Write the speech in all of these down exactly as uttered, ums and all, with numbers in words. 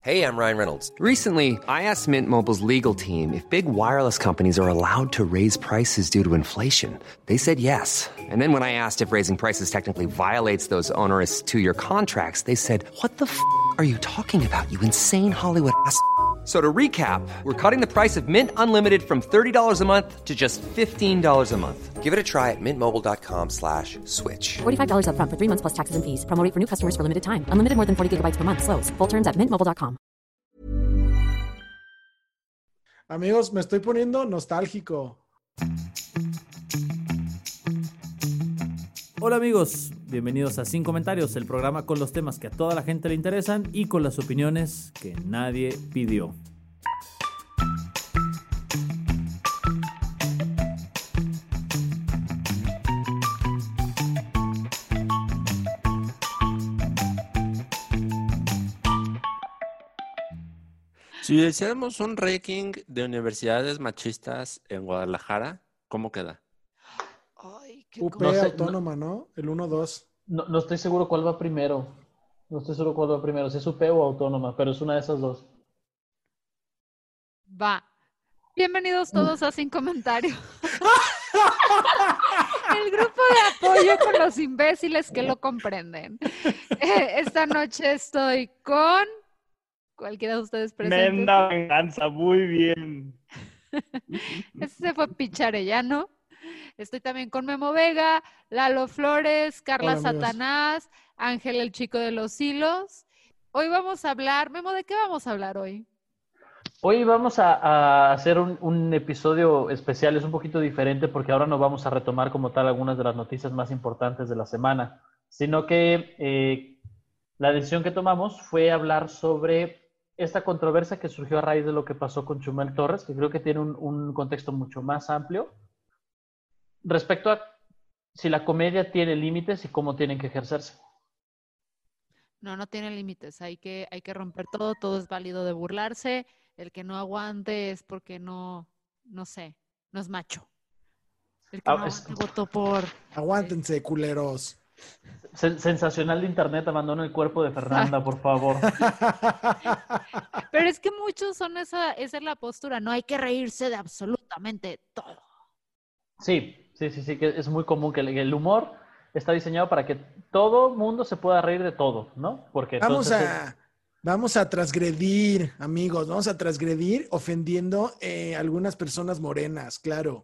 Hey, I'm Ryan Reynolds. Recently, I asked Mint Mobile's legal team if big wireless companies are allowed to raise prices due to inflation. They said yes. And then when I asked if raising prices technically violates those onerous two-year contracts, they said, "What the f*** are you talking about, you insane Hollywood ass?" So to recap, we're cutting the price of Mint Unlimited from thirty dollars a month to just fifteen dollars a month. Give it a try at mintmobile.com slash switch. forty-five dollars up front for three months plus taxes and fees. Promo rate for new customers for limited time. Unlimited more than forty gigabytes per month. Slows full terms at mint mobile dot com. Amigos, me estoy poniendo nostálgico. Hola amigos, bienvenidos a Sin Comentarios, el programa con los temas que a toda la gente le interesan y con las opiniones que nadie pidió. Si hiciéramos un ranking de universidades machistas en Guadalajara, ¿cómo queda? Ay, qué U P cosa. No sé, Autónoma, ¿no? El uno dos. No, no estoy seguro cuál va primero. No estoy seguro cuál va primero, si es U P o Autónoma, pero es una de esas dos. Va. Bienvenidos todos a Sin Comentarios. El grupo de apoyo con los imbéciles que lo comprenden. Eh, esta noche estoy con cualquiera de ustedes presentes. Menda venganza, muy bien. Este fue Picharellano. Estoy también con Memo Vega, Lalo Flores, Carla Hola, amigos. Satanás, Ángel el chico de los hilos. Hoy vamos a hablar, Memo, ¿de qué vamos a hablar hoy? Hoy vamos a, a hacer un, un episodio especial, es un poquito diferente porque ahora no vamos a retomar como tal algunas de las noticias más importantes de la semana, sino que eh, la decisión que tomamos fue hablar sobre esta controversia que surgió a raíz de lo que pasó con Chumel Torres, que creo que tiene un, un contexto mucho más amplio respecto a si la comedia tiene límites y cómo tienen que ejercerse. No, no tiene límites, hay que, hay que romper todo, todo es válido de burlarse, el que no aguante es porque no, no sé, no es macho. El que Ah, no es- aguante votó por... Aguántense, culeros. Sen- sensacional de internet, abandona el cuerpo de Fernanda, por favor. Pero es que muchos son esa, esa es la postura, no hay que reírse de absolutamente todo. Sí, sí, sí, sí, que es muy común que el, el humor está diseñado para que todo mundo se pueda reír de todo, ¿no? Porque Vamos entonces... a, vamos a transgredir, amigos. Vamos a transgredir ofendiendo eh, algunas personas morenas, claro.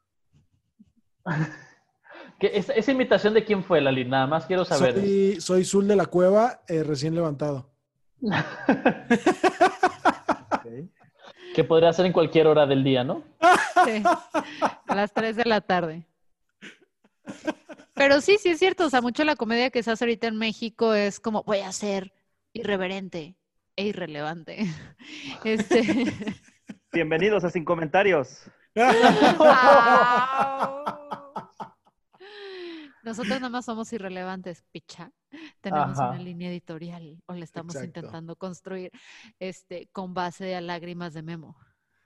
Que esa, esa imitación de quién fue, Lali, nada más quiero saber. Soy, soy Zul de la Cueva, eh, recién levantado. Que podría ser en cualquier hora del día, ¿no? Sí, a las tres de la tarde. Pero sí, sí es cierto, o sea, mucho la comedia que se hace ahorita en México es como, voy a ser irreverente e irrelevante. Este... Bienvenidos a Sin Comentarios. ¡Au! Nosotros nada más somos irrelevantes, picha. Tenemos Ajá. una línea editorial o la estamos Exacto. intentando construir este, con base a lágrimas de Memo.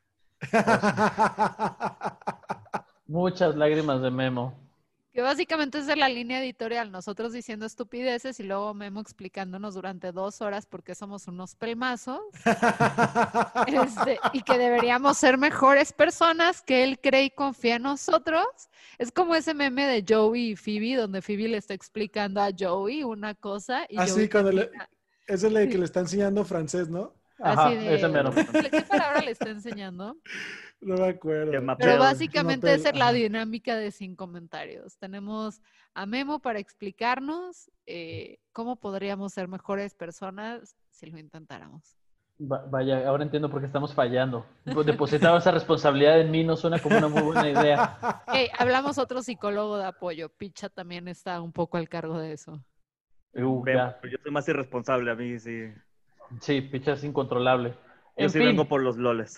Muchas lágrimas de Memo. Que básicamente esa es la línea editorial, nosotros diciendo estupideces y luego Memo explicándonos durante dos horas por qué somos unos pelmazos este, y que deberíamos ser mejores personas, que él cree y confía en nosotros. Es como ese meme de Joey y Phoebe, donde Phoebe le está explicando a Joey una cosa y Así, Joey cuando le, termina ese es el que le está enseñando francés, ¿no? Ajá, así de... ese mero. ¿Qué palabra le está enseñando? No me acuerdo. Que me Pero Pero- básicamente Mapel, esa es la ajá. dinámica de Sin Comentarios. Tenemos a Memo para explicarnos eh, cómo podríamos ser mejores personas si lo intentáramos. Va- vaya, ahora entiendo por qué estamos fallando. Depositar esa responsabilidad en mí no suena como una muy buena idea. Hey, hablamos otro psicólogo de apoyo. Picha también está un poco al cargo de eso. Uh, Ven, ya. yo soy más irresponsable a mí, sí. Sí, picha es incontrolable. Yo En sí fin. vengo por los loles.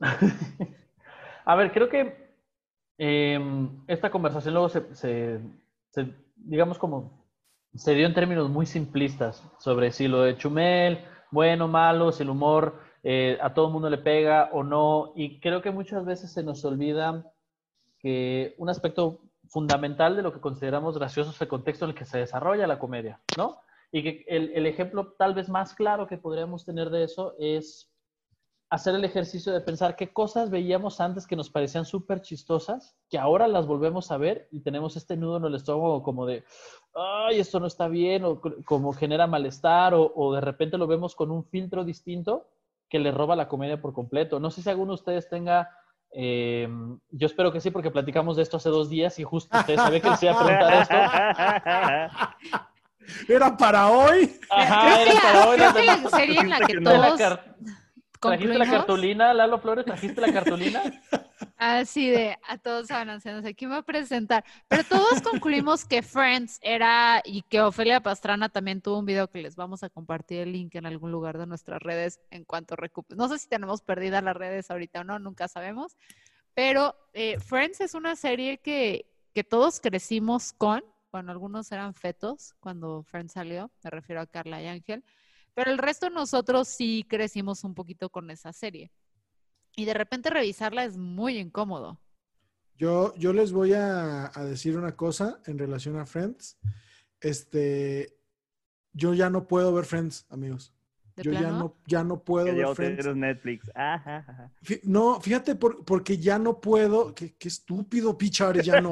A ver, creo que eh, esta conversación luego se, se, se, digamos como, se dio en términos muy simplistas sobre si lo de Chumel, bueno, malo, si el humor eh, a todo el mundo le pega o no. Y creo que muchas veces se nos olvida que un aspecto fundamental de lo que consideramos gracioso es el contexto en el que se desarrolla la comedia, ¿no? Y que el, el ejemplo tal vez más claro que podríamos tener de eso es hacer el ejercicio de pensar qué cosas veíamos antes que nos parecían súper chistosas, que ahora las volvemos a ver y tenemos este nudo en el estómago como de, ay, esto no está bien, o como genera malestar, o, o de repente lo vemos con un filtro distinto que le roba la comedia por completo. No sé si alguno de ustedes tenga, eh, yo espero que sí, porque platicamos de esto hace dos días y justo ustedes saben que les iba a preguntar esto. ¿Era para hoy? Ajá, era para hoy. Creo que la serie en la que No. todos ¿Trajiste la cartulina, Lalo Flores? ¿Trajiste la cartulina? Así de, a todos anunciándose, ¿quién va a presentar? Pero todos concluimos que Friends era, y que Ofelia Pastrana también tuvo un video que les vamos a compartir el link en algún lugar de nuestras redes en cuanto recupere. No sé si tenemos perdidas las redes ahorita o no, nunca sabemos. Pero eh, Friends es una serie que, que todos crecimos con, bueno, algunos eran fetos cuando Friends salió, me refiero a Carla y Ángel, pero el resto de nosotros sí crecimos un poquito con esa serie. Y de repente revisarla es muy incómodo. Yo, yo les voy a, a decir una cosa en relación a Friends. Este, yo ya no puedo ver Friends, amigos. ¿De Yo ya plano? no, ya no puedo Que ya ver Friends. tienes Netflix. Ajá, ajá. Fí- No, fíjate, por- porque ya no puedo. Qué, qué estúpido, Pichar, ya no.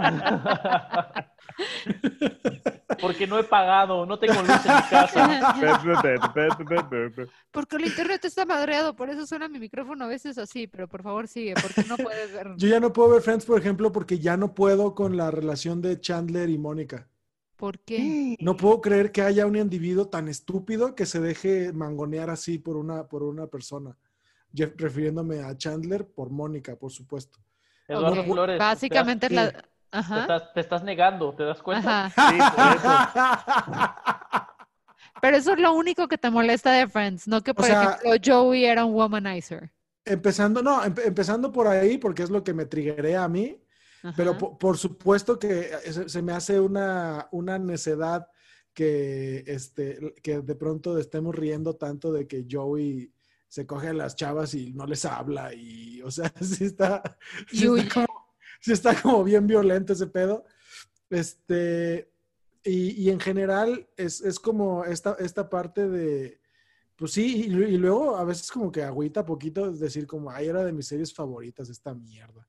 Porque no he pagado, no tengo luz en mi casa. Porque el internet está madreado, por eso suena mi micrófono a veces así, pero por favor sigue, porque no puedes ver. Yo ya no puedo ver Friends, por ejemplo, porque ya no puedo con la relación de Chandler y Mónica. ¿Por qué? No puedo creer que haya un individuo tan estúpido que se deje mangonear así por una, por una persona. Yo, refiriéndome a Chandler por Mónica, por supuesto. Eduardo Ok, Flores. básicamente es ¿qué? la... Te Ajá, estás, te estás negando, ¿te das cuenta? ajá. Sí, por eso. Pero eso es lo único que te molesta de Friends, no que, por sea- ejemplo, Joey era un womanizer. Empezando, no, em- empezando por ahí, porque es lo que me triggerea a mí, Ajá. pero po- por, supuesto que se, se me hace una, una necedad que, este, que de pronto estemos riendo tanto de que Joey se coge a las chavas y no les habla y, o sea, sí está, sí Y huye. está, como, sí está como bien violento ese pedo. Este, y, y en general es, es como esta, esta parte de, pues sí, y, y luego a veces como que agüita poquito, es decir, como, ay, era de mis series favoritas esta mierda.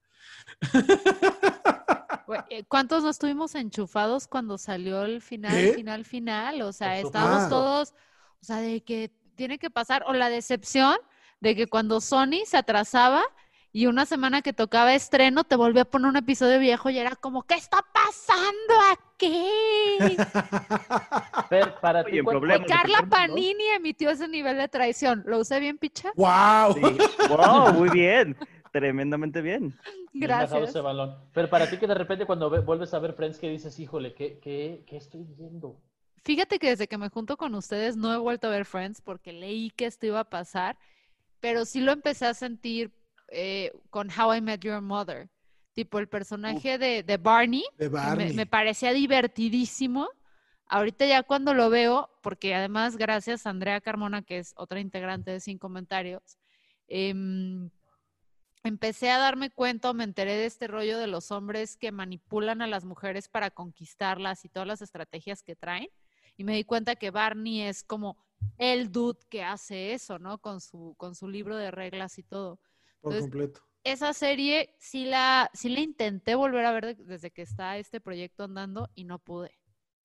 Güey, eh, ¿cuántos no estuvimos enchufados cuando salió el final, ¿Qué? final, final? O sea, Por estábamos supuesto. todos, o sea, de que tiene que pasar, o la decepción de que cuando Sony se atrasaba y una semana que tocaba estreno te volvía a poner un episodio viejo y era como, ¿qué está pasando aquí? Fer, para ti, Oye, ¿cuál- problema. Y Carla ¿no? Panini emitió ese nivel de traición. ¿Lo usé bien, picha? ¡Wow! Sí. Wow, muy bien. Tremendamente bien. bien bajado Gracias. ese balón. Pero para ti que de repente cuando ve- vuelves a ver Friends que dices, híjole, ¿qué, qué, qué estoy viendo? Fíjate que desde que me junto con ustedes no he vuelto a ver Friends porque leí que esto iba a pasar, pero sí lo empecé a sentir eh, con How I Met Your Mother. Tipo el personaje de, de Barney, De que me, Barney. me parecía divertidísimo. Ahorita ya cuando lo veo, porque además gracias a Andrea Carmona, que es otra integrante de Sin Comentarios, em, empecé a darme cuenta o me enteré de este rollo de los hombres que manipulan a las mujeres para conquistarlas y todas las estrategias que traen. Y me di cuenta que Barney es como el dude que hace eso, ¿no? Con su, con su libro de reglas y todo. Por Entonces, completo. esa serie sí la, sí la intenté volver a ver de- desde que está este proyecto andando y no pude.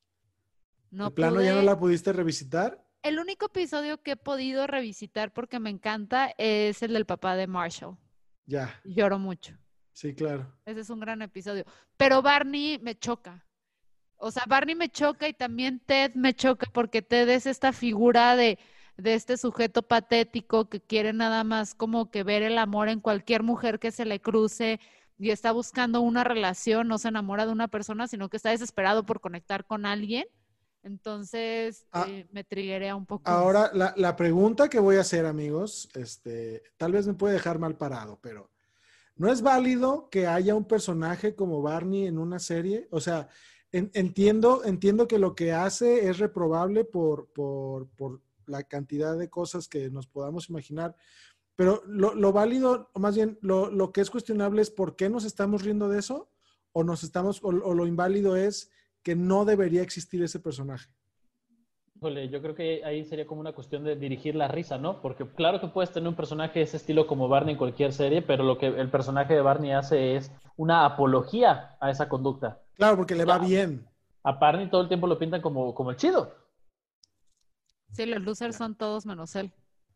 No ¿De plano pude. ya no la pudiste revisitar? El único episodio que he podido revisitar porque me encanta es el del papá de Marshall. Ya, Lloro mucho. sí, claro. Ese es un gran episodio. Pero Barney me choca. O sea, Barney me choca y también Ted me choca porque Ted es esta figura de, de este sujeto patético que quiere nada más como que ver el amor en cualquier mujer que se le cruce y está buscando una relación, no se enamora de una persona, sino que está desesperado por conectar con alguien. Entonces, Ah, eh, me triguea un poco. Ahora, la, la pregunta que voy a hacer, amigos, este, tal vez me puede dejar mal parado, pero ¿no es válido que haya un personaje como Barney en una serie? O sea, en- entiendo, entiendo que lo que hace es reprobable por, por, por la cantidad de cosas que nos podamos imaginar, pero lo, lo válido, o más bien, lo, lo que es cuestionable es por qué nos estamos riendo de eso, o nos estamos, o, o lo inválido es que no debería existir ese personaje. Híjole, yo creo que ahí sería como una cuestión de dirigir la risa, ¿no? Porque claro que puedes tener un personaje de ese estilo como Barney en cualquier serie, pero lo que el personaje de Barney hace es una apología a esa conducta. Claro, porque le va bien. A Barney todo el tiempo lo pintan como, como el chido. Sí, los losers son todos menos él.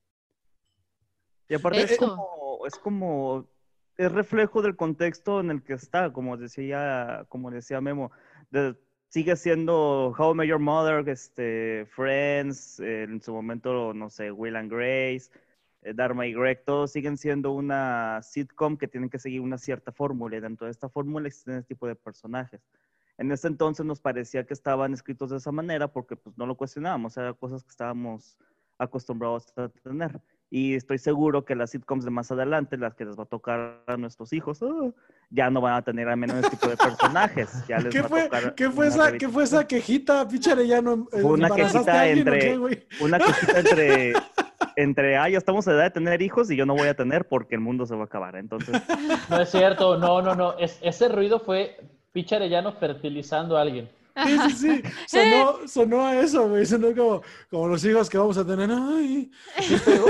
Y aparte Eso. es como, es como, es reflejo del contexto en el que está, como decía, como decía Memo, de, sigue siendo How I Met Your Mother, este, Friends, eh, en su momento, no sé, Will and Grace, eh, Dharma y Greg, todos siguen siendo una sitcom que tienen que seguir una cierta fórmula, y dentro de esta fórmula existen este tipo de personajes. En ese entonces nos parecía que estaban escritos de esa manera porque pues no lo cuestionábamos, eran cosas que estábamos acostumbrados a tener. Y estoy seguro que las sitcoms de más adelante, las que les va a tocar a nuestros hijos, uh, ya no van a tener al menos ese tipo de personajes. Ya les ¿Qué va fue, a tocar ¿qué fue, esa, ¿qué fue esa quejita, Picharellano? Fue una ¿Embarazaste quejita a alguien entre, o qué, güey? una quejita entre, entre, ah, ya estamos a edad de tener hijos y yo no voy a tener porque el mundo se va a acabar. Entonces, No es cierto, no, no, no. Es, ese ruido fue Picha Arellano fertilizando a alguien. Sí, sí, sí. Sonó, sonó a eso, güey. Sonó como, como los hijos que vamos a tener. Ay. Sí pegó.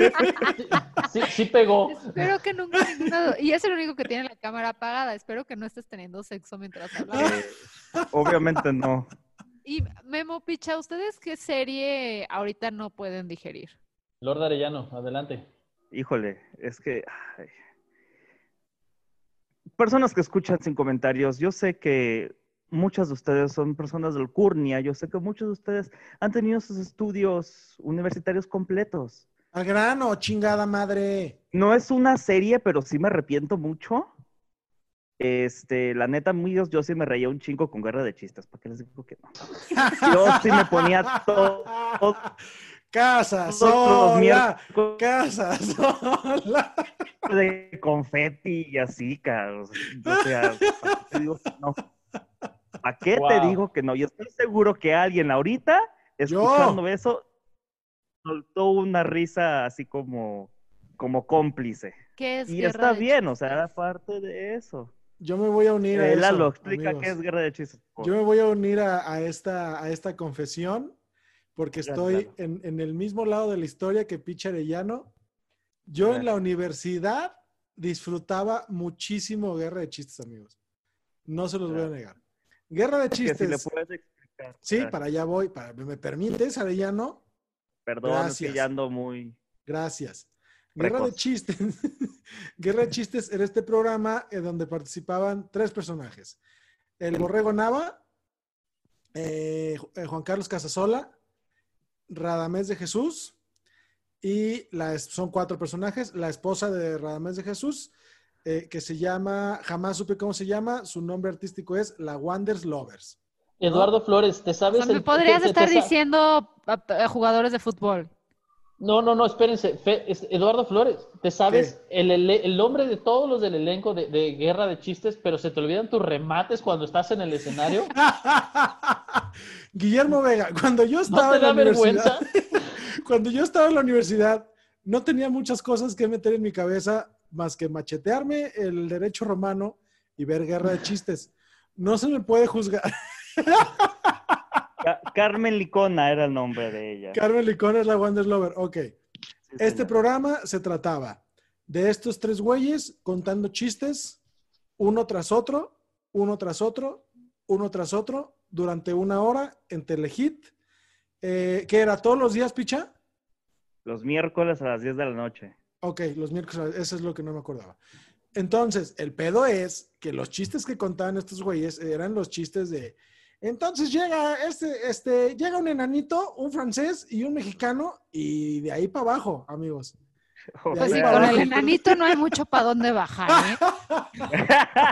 Sí, sí pegó. Espero que nunca ninguno... Y es el único que tiene la cámara apagada. Espero que no estés teniendo sexo mientras hablas. eh, obviamente no. Y Memo, Picha, ¿ustedes qué serie ahorita no pueden digerir? Lord Arellano, adelante. Híjole, es que... ay. Personas que escuchan sin comentarios, yo sé que muchas de ustedes son personas del Curnia, yo sé que muchos de ustedes han tenido sus estudios universitarios completos. Al grano, chingada madre. No es una serie, pero sí me arrepiento mucho. Este, la neta, amigos, yo sí me reía un chingo con Guerra de Chistes, ¿para qué les digo que no? Yo sí me ponía todo... todo Casa todos los sola, miércoles casa sola. de confeti y así, cabrón. O sea, ¿para qué te digo que no? ¿Para qué Wow. te digo que no? Y estoy seguro que alguien ahorita, escuchando Yo. eso, soltó una risa así como, como cómplice. ¿Qué es Y Guerra está de bien, o sea, Chistes? era parte de eso. Yo me voy a unir a Eh, eso. Lalo, explica amigos. qué es Guerra de Chistes. por Yo me voy a unir a, a esta, a esta confesión porque Gracias, estoy Lalo. en, en el mismo lado de la historia que Picha Arellano. Yo en la Gracias. universidad disfrutaba muchísimo Guerra de Chistes, amigos. No se los voy a negar. Guerra de Que si le Chistes. puedes explicar. Sí, Gracias. para allá voy. Para, ¿me permites, Arellano? Perdón, es que Gracias. ya ando muy... Gracias. Guerra de Precoz. Chistes. Guerra de Chistes era este programa en donde participaban tres personajes. El Borrego Nava, eh, Juan Carlos Casasola, Radamés de Jesús y la, son cuatro personajes. La esposa de Radamés de Jesús, eh, que se llama, jamás supe cómo se llama, su nombre artístico es La Wonders Lovers. ¿no? Eduardo Flores, ¿te O sabes sea, me el- podrías te- te- estar te sa- diciendo a, a jugadores de fútbol. No, no, no, espérense. Fe- es- Eduardo Flores, ¿te sabes el, ele- el nombre de todos los del elenco de, de Guerra de Chistes, pero se te olvidan tus remates cuando estás en el escenario? Guillermo Vega, cuando yo ¿No estaba te en la da universidad, vergüenza? cuando yo estaba en la universidad, no tenía muchas cosas que meter en mi cabeza más que machetearme el derecho romano y ver Guerra de Chistes. No se me puede juzgar. Ca- Carmen Licona era el nombre de ella. Carmen Licona es la Wonder Lover. Ok. Sí, Este señor. programa se trataba de estos tres güeyes contando chistes, uno tras otro, uno tras otro, uno tras otro, durante una hora en Telehit. Eh, ¿Qué era? ¿Todos los días, Picha? Los miércoles a las diez de la noche. Ok, los miércoles, eso es lo que no me acordaba. Entonces, el pedo es que los chistes que contaban estos güeyes eran los chistes de... Entonces llega este, este, llega un enanito, un francés y un mexicano y de ahí para abajo, amigos. O De Pues sí, ahí sea, con para el abajo. enanito no hay mucho para dónde bajar, ¿eh?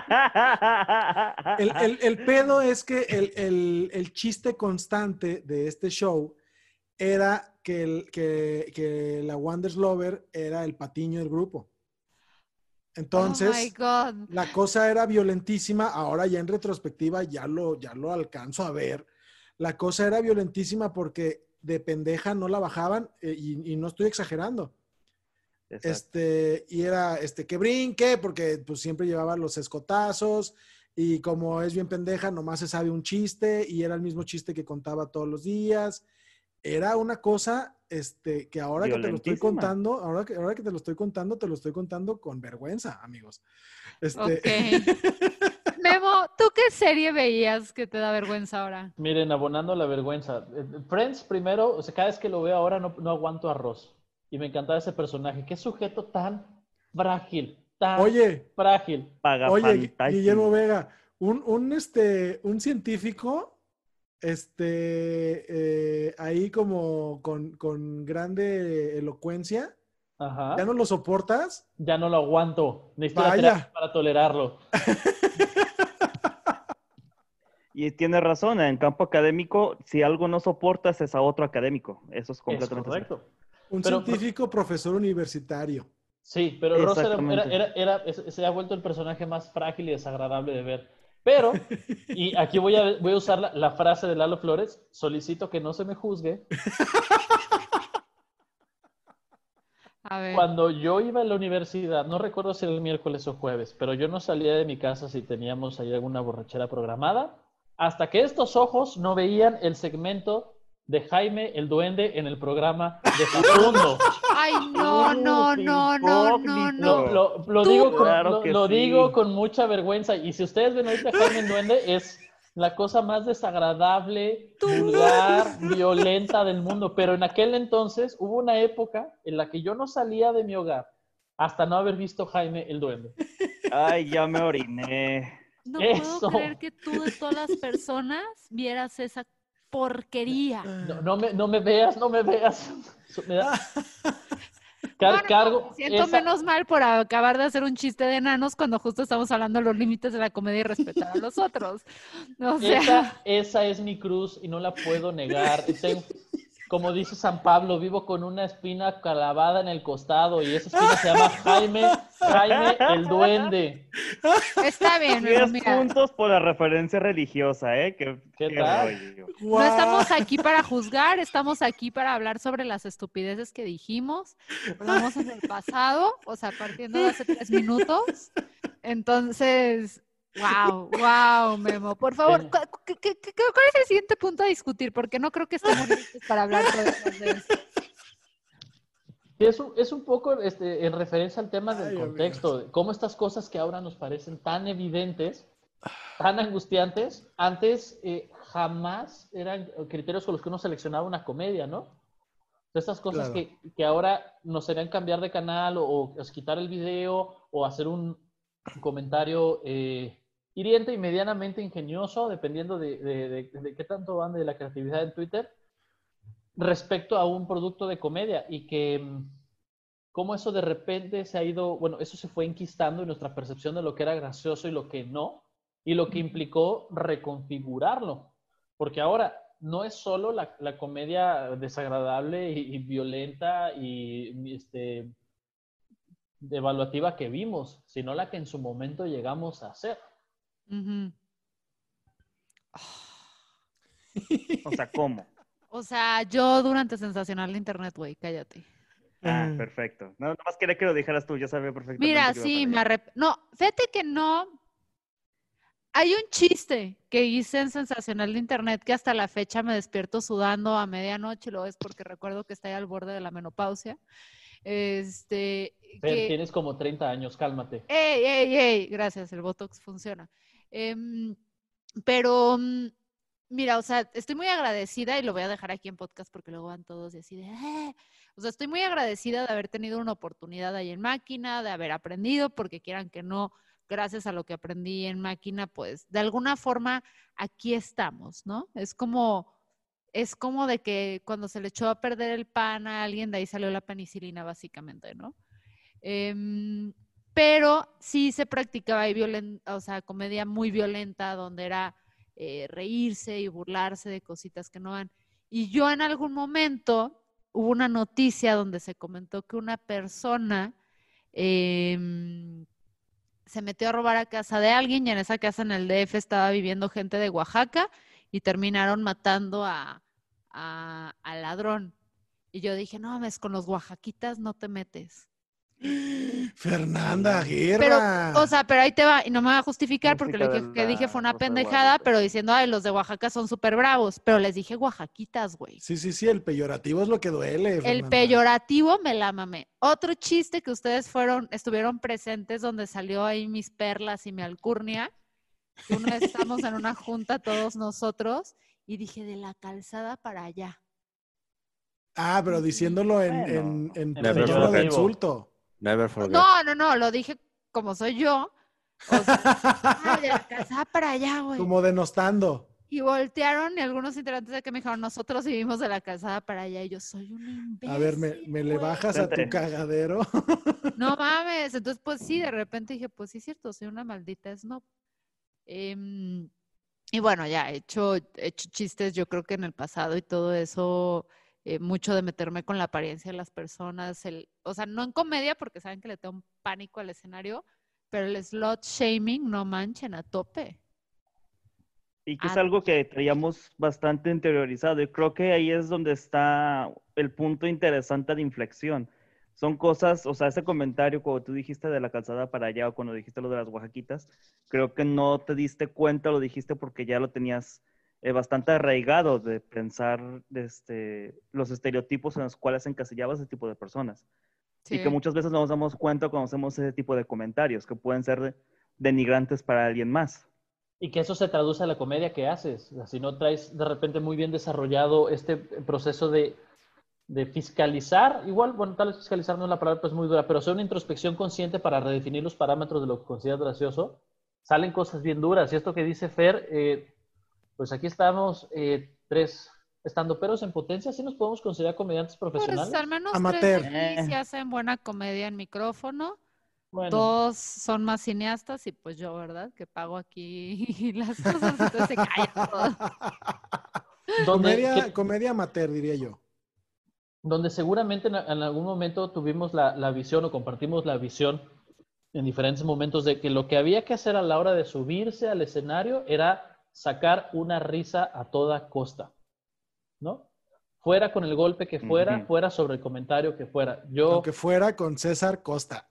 El, el- el pedo es que el, el- el chiste constante de este show era que, el, que, que la Wonders Lover era el patiño del grupo. Entonces, Oh my God. la cosa era violentísima. Ahora ya en retrospectiva ya lo, ya lo alcanzo a ver. La cosa era violentísima porque de pendeja no la bajaban eh, y, y no estoy exagerando. Exacto. Este, y era este que brinque, porque pues siempre llevaba los escotazos, y como es bien pendeja, nomás se sabe un chiste, y era el mismo chiste que contaba todos los días. era una cosa este, que ahora que te lo estoy Violentísima. contando, ahora que, ahora que te lo estoy contando, te lo estoy contando con vergüenza, amigos. Este... Ok. Memo, ¿tú qué serie veías que te da vergüenza ahora? Miren, abonando la vergüenza. Eh, Friends primero, o sea, cada vez que lo veo ahora no, no aguanto arroz. Y me encantaba ese personaje. Qué sujeto tan frágil, tan Oye, frágil. Paga Oye, fantasma. Guillermo Vega, un, un, este, un científico, este, eh, ahí como con, con grande elocuencia, Ajá. ¿ya no lo soportas? Ya no lo aguanto. Necesito la Vaya. terapia para tolerarlo. Y tiene razón, en campo académico, si algo no soportas es a otro académico. Eso es Es completamente cierto. correcto. Un Pero- científico profesor universitario. Sí, pero Ross era, era, Exactamente. era, era- es- se ha vuelto el personaje más frágil y desagradable de ver. Pero, y aquí voy a, voy a usar la, la frase de Lalo Flores, solicito que no se me juzgue. A ver. Cuando yo iba a la universidad, no recuerdo si era el miércoles o jueves, pero yo no salía de mi casa si teníamos ahí alguna borrachera programada, hasta que estos ojos no veían el segmento de Jaime el Duende en el programa de Facundo. Ay, no, no, no, no, no, no. Lo, lo- lo Tú- digo, con, Claro lo, que lo sí. digo con mucha vergüenza. Y si ustedes ven ahorita a Jaime el Duende, es la cosa más desagradable, vulgar, violenta del mundo. Pero en aquel entonces hubo una época en la que yo no salía de mi hogar hasta no haber visto Jaime el Duende. Ay, ya me oriné. No Eso. puedo creer que tú de todas las personas vieras esa porquería. No, no me, no me veas, no me veas. Me da- Car- No, no, cargo me siento esa- menos mal por acabar de hacer un chiste de enanos cuando justo estamos hablando de los límites de la comedia y respetar a los otros. O sea, Esa, esa es mi cruz y no la puedo negar. Tengo- como dice San Pablo, vivo con una espina clavada en el costado y esa espina se llama Jaime, Jaime el Duende. está bien, Memo, Diez mira. puntos por la referencia religiosa, ¿eh? Qué, ¿Qué qué tal? rollo. No Guau. estamos aquí para juzgar, estamos aquí para hablar sobre las estupideces que dijimos. Hablamos en el pasado, o sea, partiendo de hace tres minutos. Entonces, wow, wow, Memo. Por favor, Ven. ¿cu- ¿qué, qué- qué- ¿cuál es el siguiente punto a discutir? Porque no creo que estemos listos para hablar todo de eso. Sí, Es un, es un poco este, en referencia al tema del Ay, contexto, de cómo estas cosas que ahora nos parecen tan evidentes, tan angustiantes, antes eh, jamás eran criterios con los que uno seleccionaba una comedia, ¿no? Estas cosas Claro. que, que ahora nos serían cambiar de canal o, o quitar el video o hacer un comentario eh, hiriente y medianamente ingenioso, dependiendo de, de, de, de qué tanto van de la creatividad en Twitter, respecto a un producto de comedia y que mm, cómo eso de repente se ha ido, bueno, eso se fue enquistando en nuestra percepción de lo que era gracioso y lo que no, y lo que implicó reconfigurarlo, porque ahora no es solo la, la comedia desagradable y, y violenta y este, evaluativa que vimos, sino la que en su momento llegamos a hacer. Ujú. O sea, ¿cómo? O sea, yo durante Sensacional de Internet, güey, cállate. Ah, Ajá. perfecto. No, nomás quería que lo dijeras tú, ya sabía perfectamente. Mira, que iba sí, para me allá. arrep... No, fíjate que no. Hay un chiste que hice en Sensacional de Internet que hasta la fecha me despierto sudando a medianoche, lo es porque recuerdo que está ahí al borde de la menopausia. Este, Fer, que... tienes como treinta años, cálmate. ¡Ey, ey, ey! Gracias, el Botox funciona. Em, pero, mm, mira, o sea, estoy muy agradecida y lo voy a dejar aquí en podcast porque luego van todos y así de... "Eh". O sea, estoy muy agradecida de haber tenido una oportunidad ahí en máquina, de haber aprendido, porque quieran que no, gracias a lo que aprendí en máquina, pues de alguna forma aquí estamos, ¿no? Es como, es como de que cuando se le echó a perder el pan a alguien, de ahí salió la penicilina, básicamente, ¿no? Em, pero sí se practicaba ahí violen- o sea, comedia muy violenta, donde era eh, reírse y burlarse de cositas que no van. Y yo en algún momento hubo una noticia donde se comentó que una persona em, se metió a robar a casa de alguien y en esa casa en el D F estaba viviendo gente de Oaxaca y terminaron matando a, a- al ladrón. Y yo dije, no mames, con los oaxaquitas no te metes. Fernanda Pero, Guerra. o sea, pero ahí te va, y no me va a justificar porque lo Música que, de que dije la fue una Rosa de pendejada, Guadalupe. pero diciendo, ay, los de Oaxaca son súper bravos, pero les dije oaxaquitas, güey. Sí, sí, sí, el peyorativo es lo que duele, El Fernanda. peyorativo me la mamé. Otro chiste que ustedes fueron, estuvieron presentes donde salió ahí mis perlas y mi alcurnia, que una vez estamos en una junta todos nosotros y dije, de la calzada para allá. Ah, pero diciéndolo en, Bueno, en, en, en en peyorativo. tono de insulto. Never forget. No, no, no, lo dije como soy yo. O sea, ay, de la calzada para allá, güey. Como denostando. Y voltearon y algunos integrantes de que me dijeron, nosotros vivimos de la calzada para allá. Y yo, soy una imbécil, A ver, ¿me, me le güey. bajas a tu Vente. cagadero? No mames. Entonces, pues sí, de repente dije, pues sí, es cierto, soy una maldita snob. Em, y bueno, ya he hecho, he hecho chistes, yo creo que en el pasado y todo eso, eh, mucho de meterme con la apariencia de las personas. El, o sea, no en comedia, porque saben que le tengo un pánico al escenario, pero el slot shaming, no manchen, a tope. Y que es Ah. algo que traíamos bastante interiorizado. Y creo que ahí es donde está el punto interesante de inflexión. Son cosas, o sea, ese comentario cuando tú dijiste de la calzada para allá o cuando dijiste lo de las oaxaquitas, creo que no te diste cuenta, lo dijiste porque ya lo tenías eh, bastante arraigado de pensar este, los estereotipos en los cuales encasillabas ese tipo de personas. Sí. Y que muchas veces no nos damos cuenta cuando hacemos ese tipo de comentarios, que pueden ser de- denigrantes para alguien más. Y que eso se traduce a la comedia que haces. O sea, si no traes de repente muy bien desarrollado este proceso de, de fiscalizar, igual, bueno, tal vez fiscalizar no es la palabra, pues muy dura, pero hacer una introspección consciente para redefinir los parámetros de lo que consideras gracioso, salen cosas bien duras. Y esto que dice Fer, eh, pues aquí estamos eh, tres estandoperos en potencia, ¿sí nos podemos considerar comediantes profesionales? Pues al menos Amateur. tres de aquí sí hacen buena comedia en micrófono. Bueno, Dos son más cineastas y pues yo, ¿verdad? Que pago aquí las cosas, entonces se callan todos. donde, Comedia, que- comedia amateur, diría yo. donde seguramente en, en algún momento tuvimos la, la visión o compartimos la visión en diferentes momentos de que lo que había que hacer a la hora de subirse al escenario era sacar una risa a toda costa, ¿no? Fuera con el golpe que fuera, Ujú. fuera sobre el comentario que fuera. Yo, Aunque fuera con César Costa.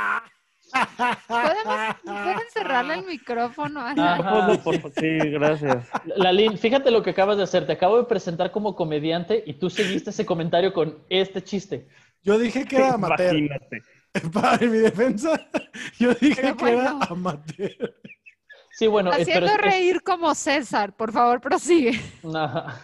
¿Podemos, ¿Pueden cerrarle el micrófono a Ajá. la... Por favor, sí, gracias. Lalín, fíjate lo que acabas de hacer. Te acabo de presentar como comediante y tú seguiste ese comentario con este chiste. Yo dije que era amateur. Imagínate. Para mi defensa, yo dije Pero que era bueno. amateur. Sí, bueno, eh, pero Haciendo es- es- reír como César, por favor, prosigue. Ajá.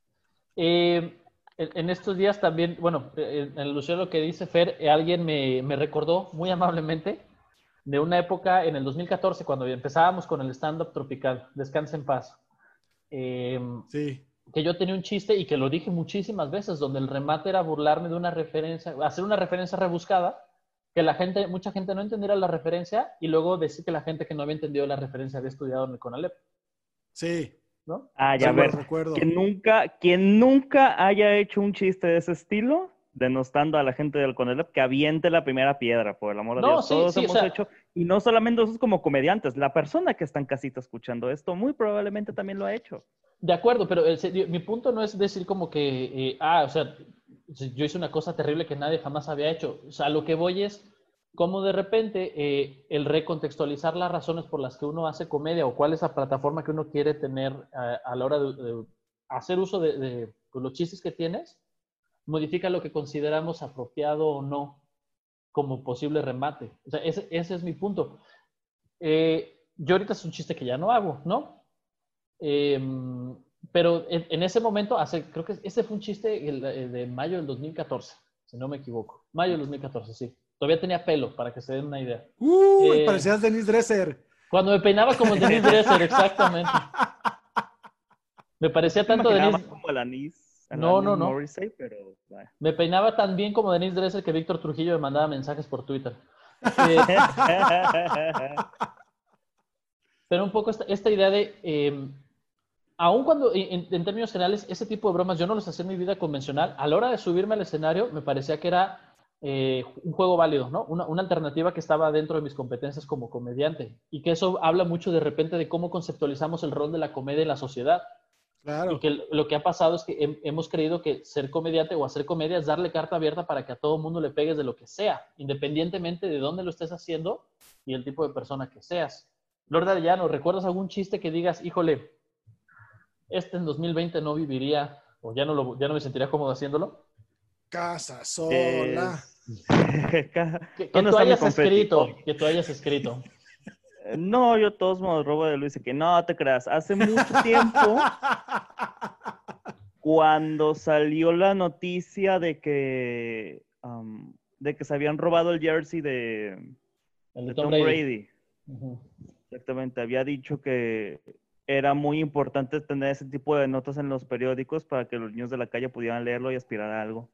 Eh, en, en estos días también, bueno, eh, en alusión a lo que dice Fer, eh, alguien me, me recordó muy amablemente de una época en el dos mil catorce, cuando empezábamos con el stand-up tropical, Descansa en paz, eh, Sí. que yo tenía un chiste y que lo dije muchísimas veces, donde el remate era burlarme de una referencia, hacer una referencia rebuscada, que la gente, mucha gente no entendiera la referencia y luego decir que la gente que no había entendido la referencia había estudiado en el CONALEP, Sí. ¿no? Ah, ya Sí, ver. lo recuerdo. Quien nunca, quien nunca haya hecho un chiste de ese estilo, denostando a la gente del CONALEP, que aviente la primera piedra, por el amor de No, Dios. sí, Todos sí, o hemos sea- hecho, y no solamente nosotros como comediantes, la persona que está en casita escuchando esto, muy probablemente también lo ha hecho. De acuerdo, pero el, serio- mi punto no es decir como que, eh, ah, o sea, yo hice una cosa terrible que nadie jamás había hecho. O sea, lo que voy es como de repente eh, el recontextualizar las razones por las que uno hace comedia o cuál es la plataforma que uno quiere tener a, a la hora de, de hacer uso de, de pues, los chistes que tienes, modifica lo que consideramos apropiado o no como posible remate. O sea, ese, ese es mi punto. Eh, yo ahorita es un chiste que ya no hago, ¿no? Eh, pero en, en ese momento, hace, creo que ese fue un chiste el, el de mayo del dos mil catorce, si no me equivoco. Mayo del dos mil catorce, sí. Todavía tenía pelo, para que se den una idea. Uy, Eh, parecías Denise Dresser. Cuando me peinaba como Denise Dresser, exactamente. Me parecía tanto Me imaginaba Denise... como Alanis, No, Alanis no, no. Morissette, pero bueno. Me peinaba tan bien como Denise Dresser que Víctor Trujillo me mandaba mensajes por Twitter. Eh, pero un poco esta, esta idea de, eh, aun cuando en, en términos generales ese tipo de bromas yo no los hacía en mi vida convencional, a la hora de subirme al escenario me parecía que era eh, un juego válido, ¿no? Una, una alternativa que estaba dentro de mis competencias como comediante y que eso habla mucho de repente de cómo conceptualizamos el rol de la comedia en la sociedad. Claro. Y que lo que ha pasado es que hem- hemos creído que ser comediante o hacer comedia es darle carta abierta para que a todo mundo le pegues de lo que sea, independientemente de dónde lo estés haciendo y el tipo de persona que seas. Lord Arellano, ¿recuerdas algún chiste que digas, híjole, este en dos mil veinte no viviría o ya no, lo, ya no me sentiría cómodo haciéndolo? Casa sola. Es- Que, que ¿Dónde tú está mi hayas confeti? escrito, que tú hayas escrito. Eh, No, yo de todos modos, Robo de Luis, que no te creas. Hace mucho tiempo, cuando salió la noticia de que, um, de que se habían robado el jersey de, El de de Tom Tom Brady. Brady, Ujú. exactamente, había dicho que era muy importante tener ese tipo de notas en los periódicos para que los niños de la calle pudieran leerlo y aspirar a algo.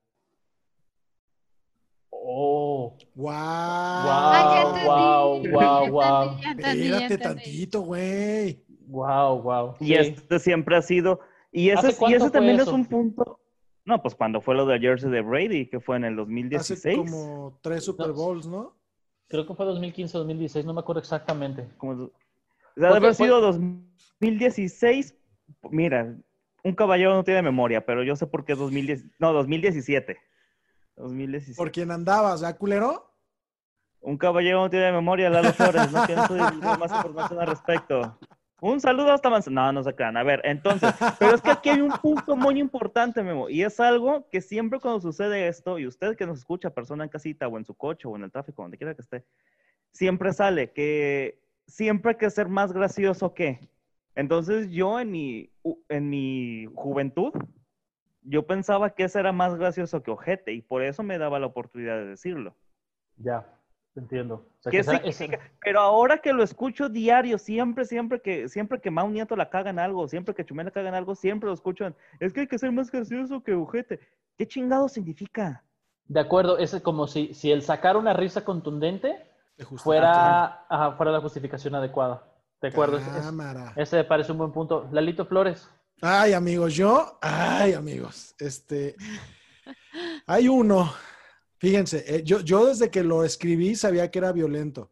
Oh, Wow. Ah, ya wow, entendí. wow, wow, ya wow, entendí, ya entendí, ya Espérate entendí. tantito, güey. wow, wow. Y Sí. este siempre ha sido, y ese, ¿Hace es- y cuánto ese fue también es eso? un punto, no, pues cuando fue lo del jersey de Brady, que fue en el dos mil Hace dieciséis. como tres Super No, Bowls, ¿no? creo que fue dos mil quince, dos mil dieciséis, no me acuerdo exactamente. Como, o sea, debe Porque- haber sido fue- dos mil dieciséis. Mira, un caballero no tiene memoria, pero yo sé por qué dos mil diez, no, dos mil diecisiete. dos mil diecisiete. ¿Por quién andabas, ¿verdad, culero? Un caballero no tiene memoria, Lalo Flores. No pienso divulgar más información al respecto. Un saludo hasta Manzanillo. No, no se crean. A ver, entonces, pero es que aquí hay un punto muy importante, Memo, y es algo que siempre cuando sucede esto, y usted que nos escucha, persona en casita, o en su coche, o en el tráfico, donde quiera que esté, siempre sale que siempre hay que ser más gracioso que. Entonces yo en mi, en mi juventud, yo pensaba que ese era más gracioso que ojete, y por eso me daba la oportunidad de decirlo. Ya, te entiendo. O sea, ¿Qué que será- significa? ese- Pero ahora que lo escucho diario, siempre, siempre que, siempre que Mau Nieto la caga en algo, siempre que Chumel la caga en algo, siempre lo escuchan. Es que hay que ser más gracioso que ojete. ¿Qué chingado significa? De acuerdo, es como si, si el sacar una risa contundente Te justifica. fuera, ajá, fuera la justificación adecuada. De acuerdo, es- es- Cámara. ese me parece un buen punto. Lalito Flores. Ay, amigos, yo, ay, amigos, este, hay uno, fíjense, eh, yo, yo desde que lo escribí sabía que era violento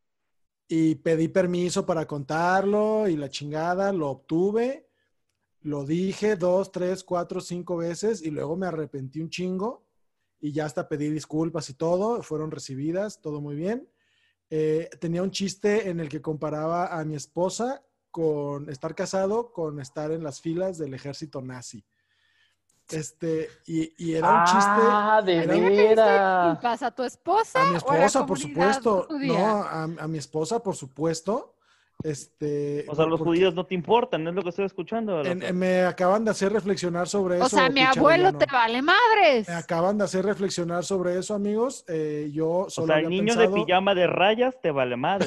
y pedí permiso para contarlo y la chingada, lo obtuve, lo dije dos, tres, cuatro, cinco veces y luego me arrepentí un chingo y ya hasta pedí disculpas y todo, fueron recibidas, todo muy bien. Eh, tenía un chiste en el que comparaba a mi esposa con estar casado con estar en las filas del ejército nazi. Este, y, y era un chiste. Ah, de era un- veras. ¿Pasa a tu esposa? a mi o a la esposa, por comunidad supuesto. judía? No, a, a mi esposa, por supuesto. Este, O sea, los porque judíos no te importan, es lo que estoy escuchando. en- en- me acaban de hacer reflexionar sobre eso. O sea, mi Picha abuelo Arellano. te vale madres. Me acaban de hacer reflexionar sobre eso, amigos. Eh, yo O solo sea, el había niño pensado, de pijama de rayas te vale madre.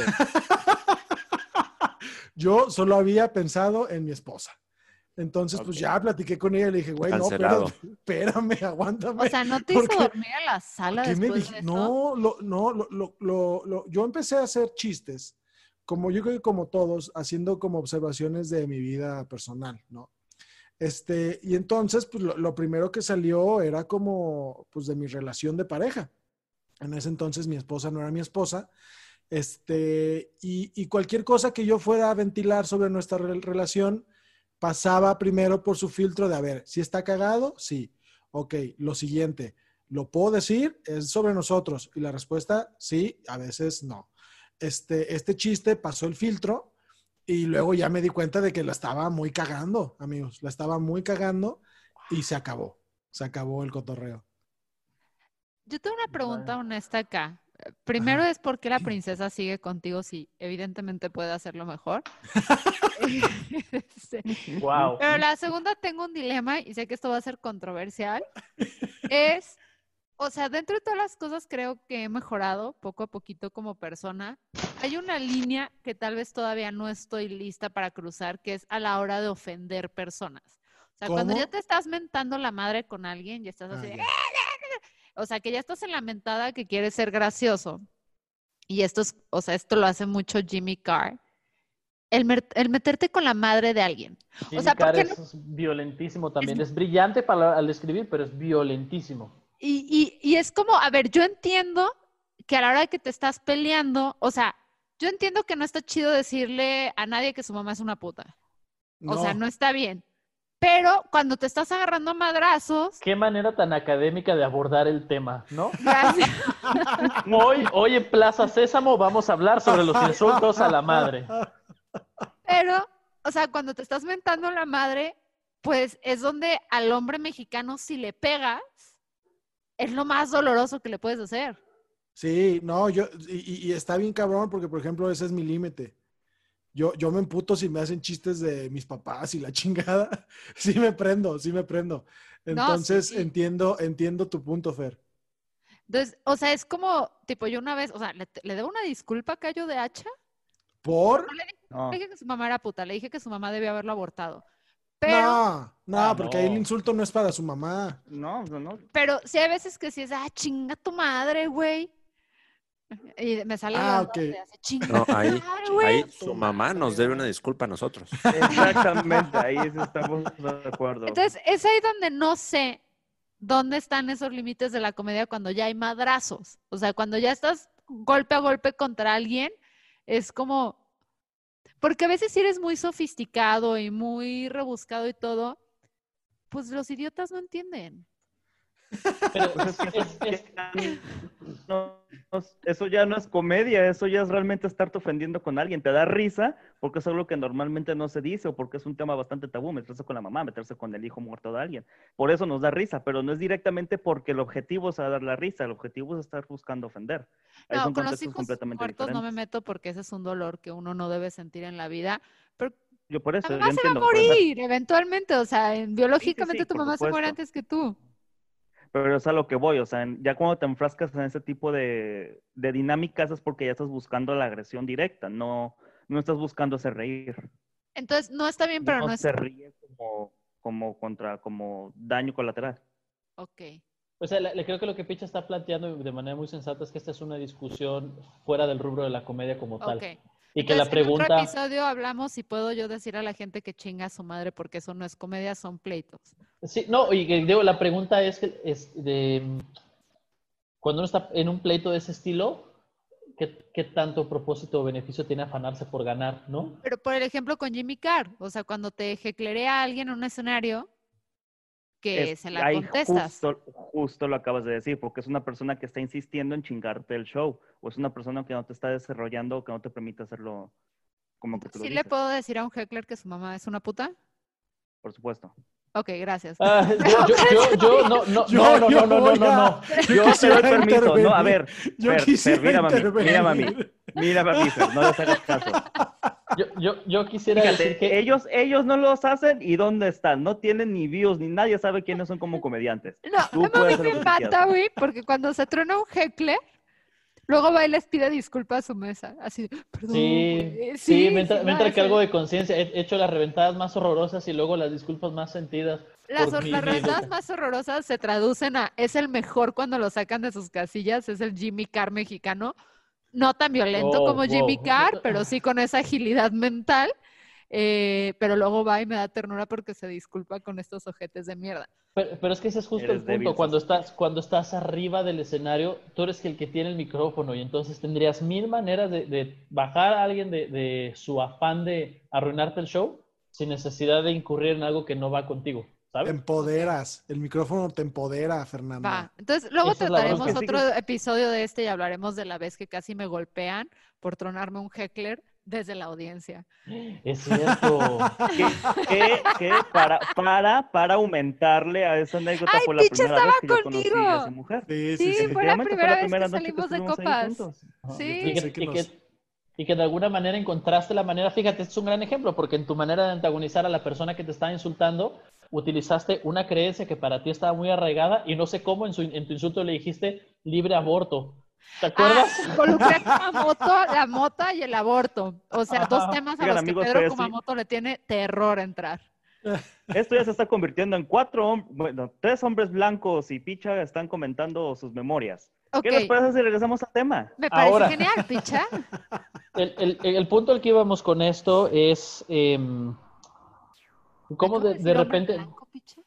yo solo había pensado en mi esposa. Entonces, pues Ok. ya platiqué con ella y le dije, güey, no, Cancelado. espérate, espérame, aguántame. O sea, ¿no te hizo porque- dormir en la sala ¿Qué me después dij- de eso? No, lo, no, lo, lo, lo, lo- yo empecé a hacer chistes, como yo creo que como todos, haciendo como observaciones de mi vida personal, ¿no? Este, y entonces, pues lo, lo primero que salió era como, pues de mi relación de pareja. En ese entonces mi esposa no era mi esposa. Este, y, y cualquier cosa que yo fuera a ventilar sobre nuestra re- relación pasaba primero por su filtro de, a ver, si está cagado, sí. Ok, lo siguiente, ¿lo puedo decir? Es sobre nosotros. Y la respuesta, sí, a veces no. Este, este chiste pasó el filtro y luego ya me di cuenta de que la estaba muy cagando, amigos. La estaba muy cagando y se acabó. Se acabó el cotorreo. Yo tengo una pregunta honesta acá. Primero Ajá. es por qué la princesa sigue contigo si evidentemente puede hacerlo mejor. Este, Wow. Pero la segunda tengo un dilema y sé que esto va a ser controversial. Es, o sea, dentro de todas las cosas creo que he mejorado poco a poquito como persona. Hay una línea que tal vez todavía no estoy lista para cruzar, que es a la hora de ofender personas. O sea, cuando ¿Cómo? ya te estás mentando la madre con alguien y estás Ah, así de, ya. o sea, que ya estás en la mentada que quieres ser gracioso. Y esto es, o sea, esto lo hace mucho Jimmy Carr. El, mer- el meterte con la madre de alguien. Jimmy o sea, ¿por Carr qué es no? violentísimo también. Es, brillante para, al escribir, pero es violentísimo. Y, y, y es como, a ver, yo entiendo que a la hora de que te estás peleando, o sea, yo entiendo que no está chido decirle a nadie que su mamá es una puta. O sea, no está bien. Pero cuando te estás agarrando a madrazos, Qué manera tan académica de abordar el tema, ¿no? gracias. Hoy, hoy en Plaza Sésamo vamos a hablar sobre los insultos a la madre. Pero, o sea, cuando te estás mentando la madre, pues es donde al hombre mexicano, si le pegas, es lo más doloroso que le puedes hacer. Sí, no, yo, y, y está bien cabrón porque, por ejemplo, ese es mi límite. Yo, yo me emputo si me hacen chistes de mis papás y la chingada. Sí me prendo, sí me prendo. Entonces, sí, sí. entiendo, entiendo tu punto, Fer. Entonces, o sea, es como, tipo, yo una vez, o sea, le, le debo una disculpa a Cayo de Hacha. ¿Por? No le dije, No. le dije que su mamá era puta, le dije que su mamá debía haberlo abortado. Pero, No, no, Ah, porque no. ahí el insulto no es para su mamá. No, no, no. pero sí hay veces que sí es, ah, chinga tu madre, güey. Y me sale Ah, la ok. de hace chinga No, tu ahí, madre, güey. ahí su mamá nos debe una disculpa a nosotros. Exactamente, ahí sí estamos de acuerdo. Entonces, es ahí donde no sé dónde están esos límites de la comedia cuando ya hay madrazos. O sea, cuando ya estás golpe a golpe contra alguien, es como... Porque a veces si eres muy sofisticado y muy rebuscado y todo, pues los idiotas no entienden. Pero Pues es que es- es- no, no, eso ya no es comedia, eso ya es realmente estarte ofendiendo con alguien. Te da risa porque es algo que normalmente no se dice o porque es un tema bastante tabú, meterse con la mamá, meterse con el hijo muerto de alguien. Por eso nos da risa, pero no es directamente porque el objetivo es dar la risa, el objetivo es estar buscando ofender. Ahí No, son con los contextos hijos completamente muertos no me diferentes. meto porque ese es un dolor que uno no debe sentir en la vida. Pero Yo por eso, la yo mamá se va a entiendo. pero, o sea, morir eventualmente, o sea, en- biológicamente sí, tu por mamá se muere supuesto. antes que tú. Pero es a lo que voy, o sea, en- ya cuando te enfrascas en ese tipo de, de dinámicas es porque ya estás buscando la agresión directa, no, no estás buscando hacer reír. Entonces, no está bien, pero No no es... se ríe como, como contra, como daño colateral. Ok. O sea, le, le creo que lo que Picha está planteando de manera muy sensata es que esta es una discusión fuera del rubro de la comedia como tal. Ok. Y que Entonces, la pregunta... en otro episodio hablamos si puedo yo decir a la gente que chinga a su madre porque eso no es comedia, son pleitos. Sí, no, y que digo, la pregunta es que es de cuando uno está en un pleito de ese estilo, ¿qué, qué tanto propósito o beneficio tiene afanarse por ganar, no? Pero por el ejemplo con Jimmy Carr, o sea, cuando te heclerea a alguien en un escenario, que Es- se la ahí contestas. justo, justo lo acabas de decir, porque es una persona que está insistiendo en chingarte el show, o es una persona que no te está desarrollando, que no te permite hacerlo como que tú lo ¿Sí le dices, puedo decir a un heckler que su mamá es una puta? por supuesto. Ok, gracias. Ah, yo, yo, yo, yo, no, no, Yo- no, no, yo no, no, no, voy no, a- no. Yo te doy quisiera permiso, no, a ver, Yo Fer, Fer, quisiera mira mami, intervenir. mira mami, mira mami, Fer, no les hagas caso. Yo, yo, yo quisiera Fíjate, decir que ellos, ellos no los hacen y dónde están, no tienen ni views, ni nadie sabe quiénes son como comediantes. No, Tú a puedes mí hacer me lo que tú mata, quieras. güey, porque cuando se truena un heckler, luego va y les pide disculpas a su mesa. Así, de, perdón, sí, güey". sí, me entra, sí, me no, entra que ese- algo de conciencia. He hecho las reventadas más horrorosas y luego las disculpas más sentidas. Las, por mi- las mi reventadas educa- más horrorosas se traducen a es el mejor cuando lo sacan de sus casillas, es el Jimmy Carr mexicano. No tan violento Oh, como Jimmy wow. Carr, pero sí con esa agilidad mental. Eh, pero luego va y me da ternura porque se disculpa con estos ojetes de mierda. Pero, pero es que ese es justo Eres el punto. débil, Cuando Sasuke. estás, cuando estás arriba del escenario, tú eres el que tiene el micrófono y entonces tendrías mil maneras de, de bajar a alguien de, de su afán de arruinarte el show sin necesidad de incurrir en algo que no va contigo, Te ¿sabes? empoderas. El micrófono te empodera, Fernanda. Va. Entonces, luego Esa es la trataremos bronca. otro episodio de este y hablaremos de la vez que casi me golpean por tronarme un heckler desde la audiencia. Es cierto. Que, que, que para, para, para aumentarle a esa anécdota ¡Ay, fue la Picha, primera vez estaba que yo conocí contigo! a esa mujer. Sí, sí, Sí, sí. fue la Efectivamente, primera vez que noche salimos de estuvimos ahí copas. juntos. Ajá, Sí. yo Y pensé que, que y, nos- que, y que de alguna manera encontraste la manera, fíjate, este es un gran ejemplo, porque en tu manera de antagonizar a la persona que te está insultando, utilizaste una creencia que para ti estaba muy arraigada y no sé cómo en, su, en tu insulto le dijiste libre aborto. ¿Te acuerdas? Ah, involucré a Kumamoto, la mota y el aborto. O sea, dos Ajá. temas a Oigan, los que amigos, Pedro pero sí. Kumamoto le tiene terror entrar. Esto ya se está convirtiendo en cuatro, hom- bueno, tres hombres blancos y Picha están comentando sus memorias. Ok, ¿Qué les parece si regresamos al tema? me parece Ahora. genial, picha. El, el- el punto al que íbamos con esto es em, cómo ¿Acabo de, decir de hombre repente... blanco, picha?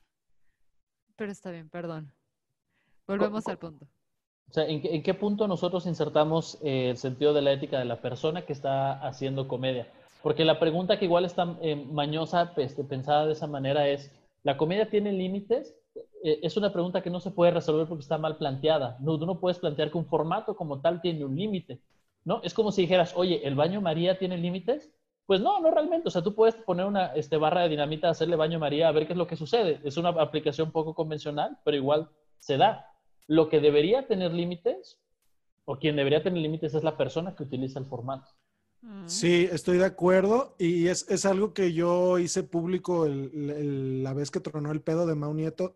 Pero está bien, perdón. Volvemos Co- al punto. O sea, ¿en qué, en qué punto nosotros insertamos eh, el sentido de la ética de la persona que está haciendo comedia? Porque la pregunta que igual está eh, mañosa, este, pensada de esa manera es, ¿La comedia tiene límites? Eh, es una pregunta que no se puede resolver porque está mal planteada. No, tú no puedes plantear que un formato como tal tiene un límite, ¿no? Es como si dijeras, oye, ¿el baño María tiene límites? Pues no, no realmente. O sea, tú puedes poner una este, barra de dinamita, hacerle baño María, a ver qué es lo que sucede. Es una aplicación poco convencional, pero igual se da. Lo que debería tener límites, o quien debería tener límites, es la persona que utiliza el formato. Sí, estoy de acuerdo y es, es algo que yo hice público el, el, la vez que tronó el pedo de Mau Nieto.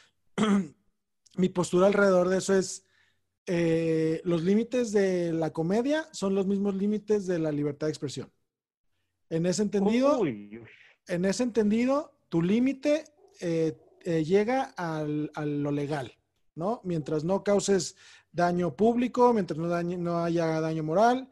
Mi postura alrededor de eso es, eh, los límites de la comedia son los mismos límites de la libertad de expresión. En ese entendido, Uy, uy. en ese entendido, tu límite eh, eh, llega al, a lo legal, ¿no? Mientras no causes daño público, mientras no, dañe, no haya daño moral.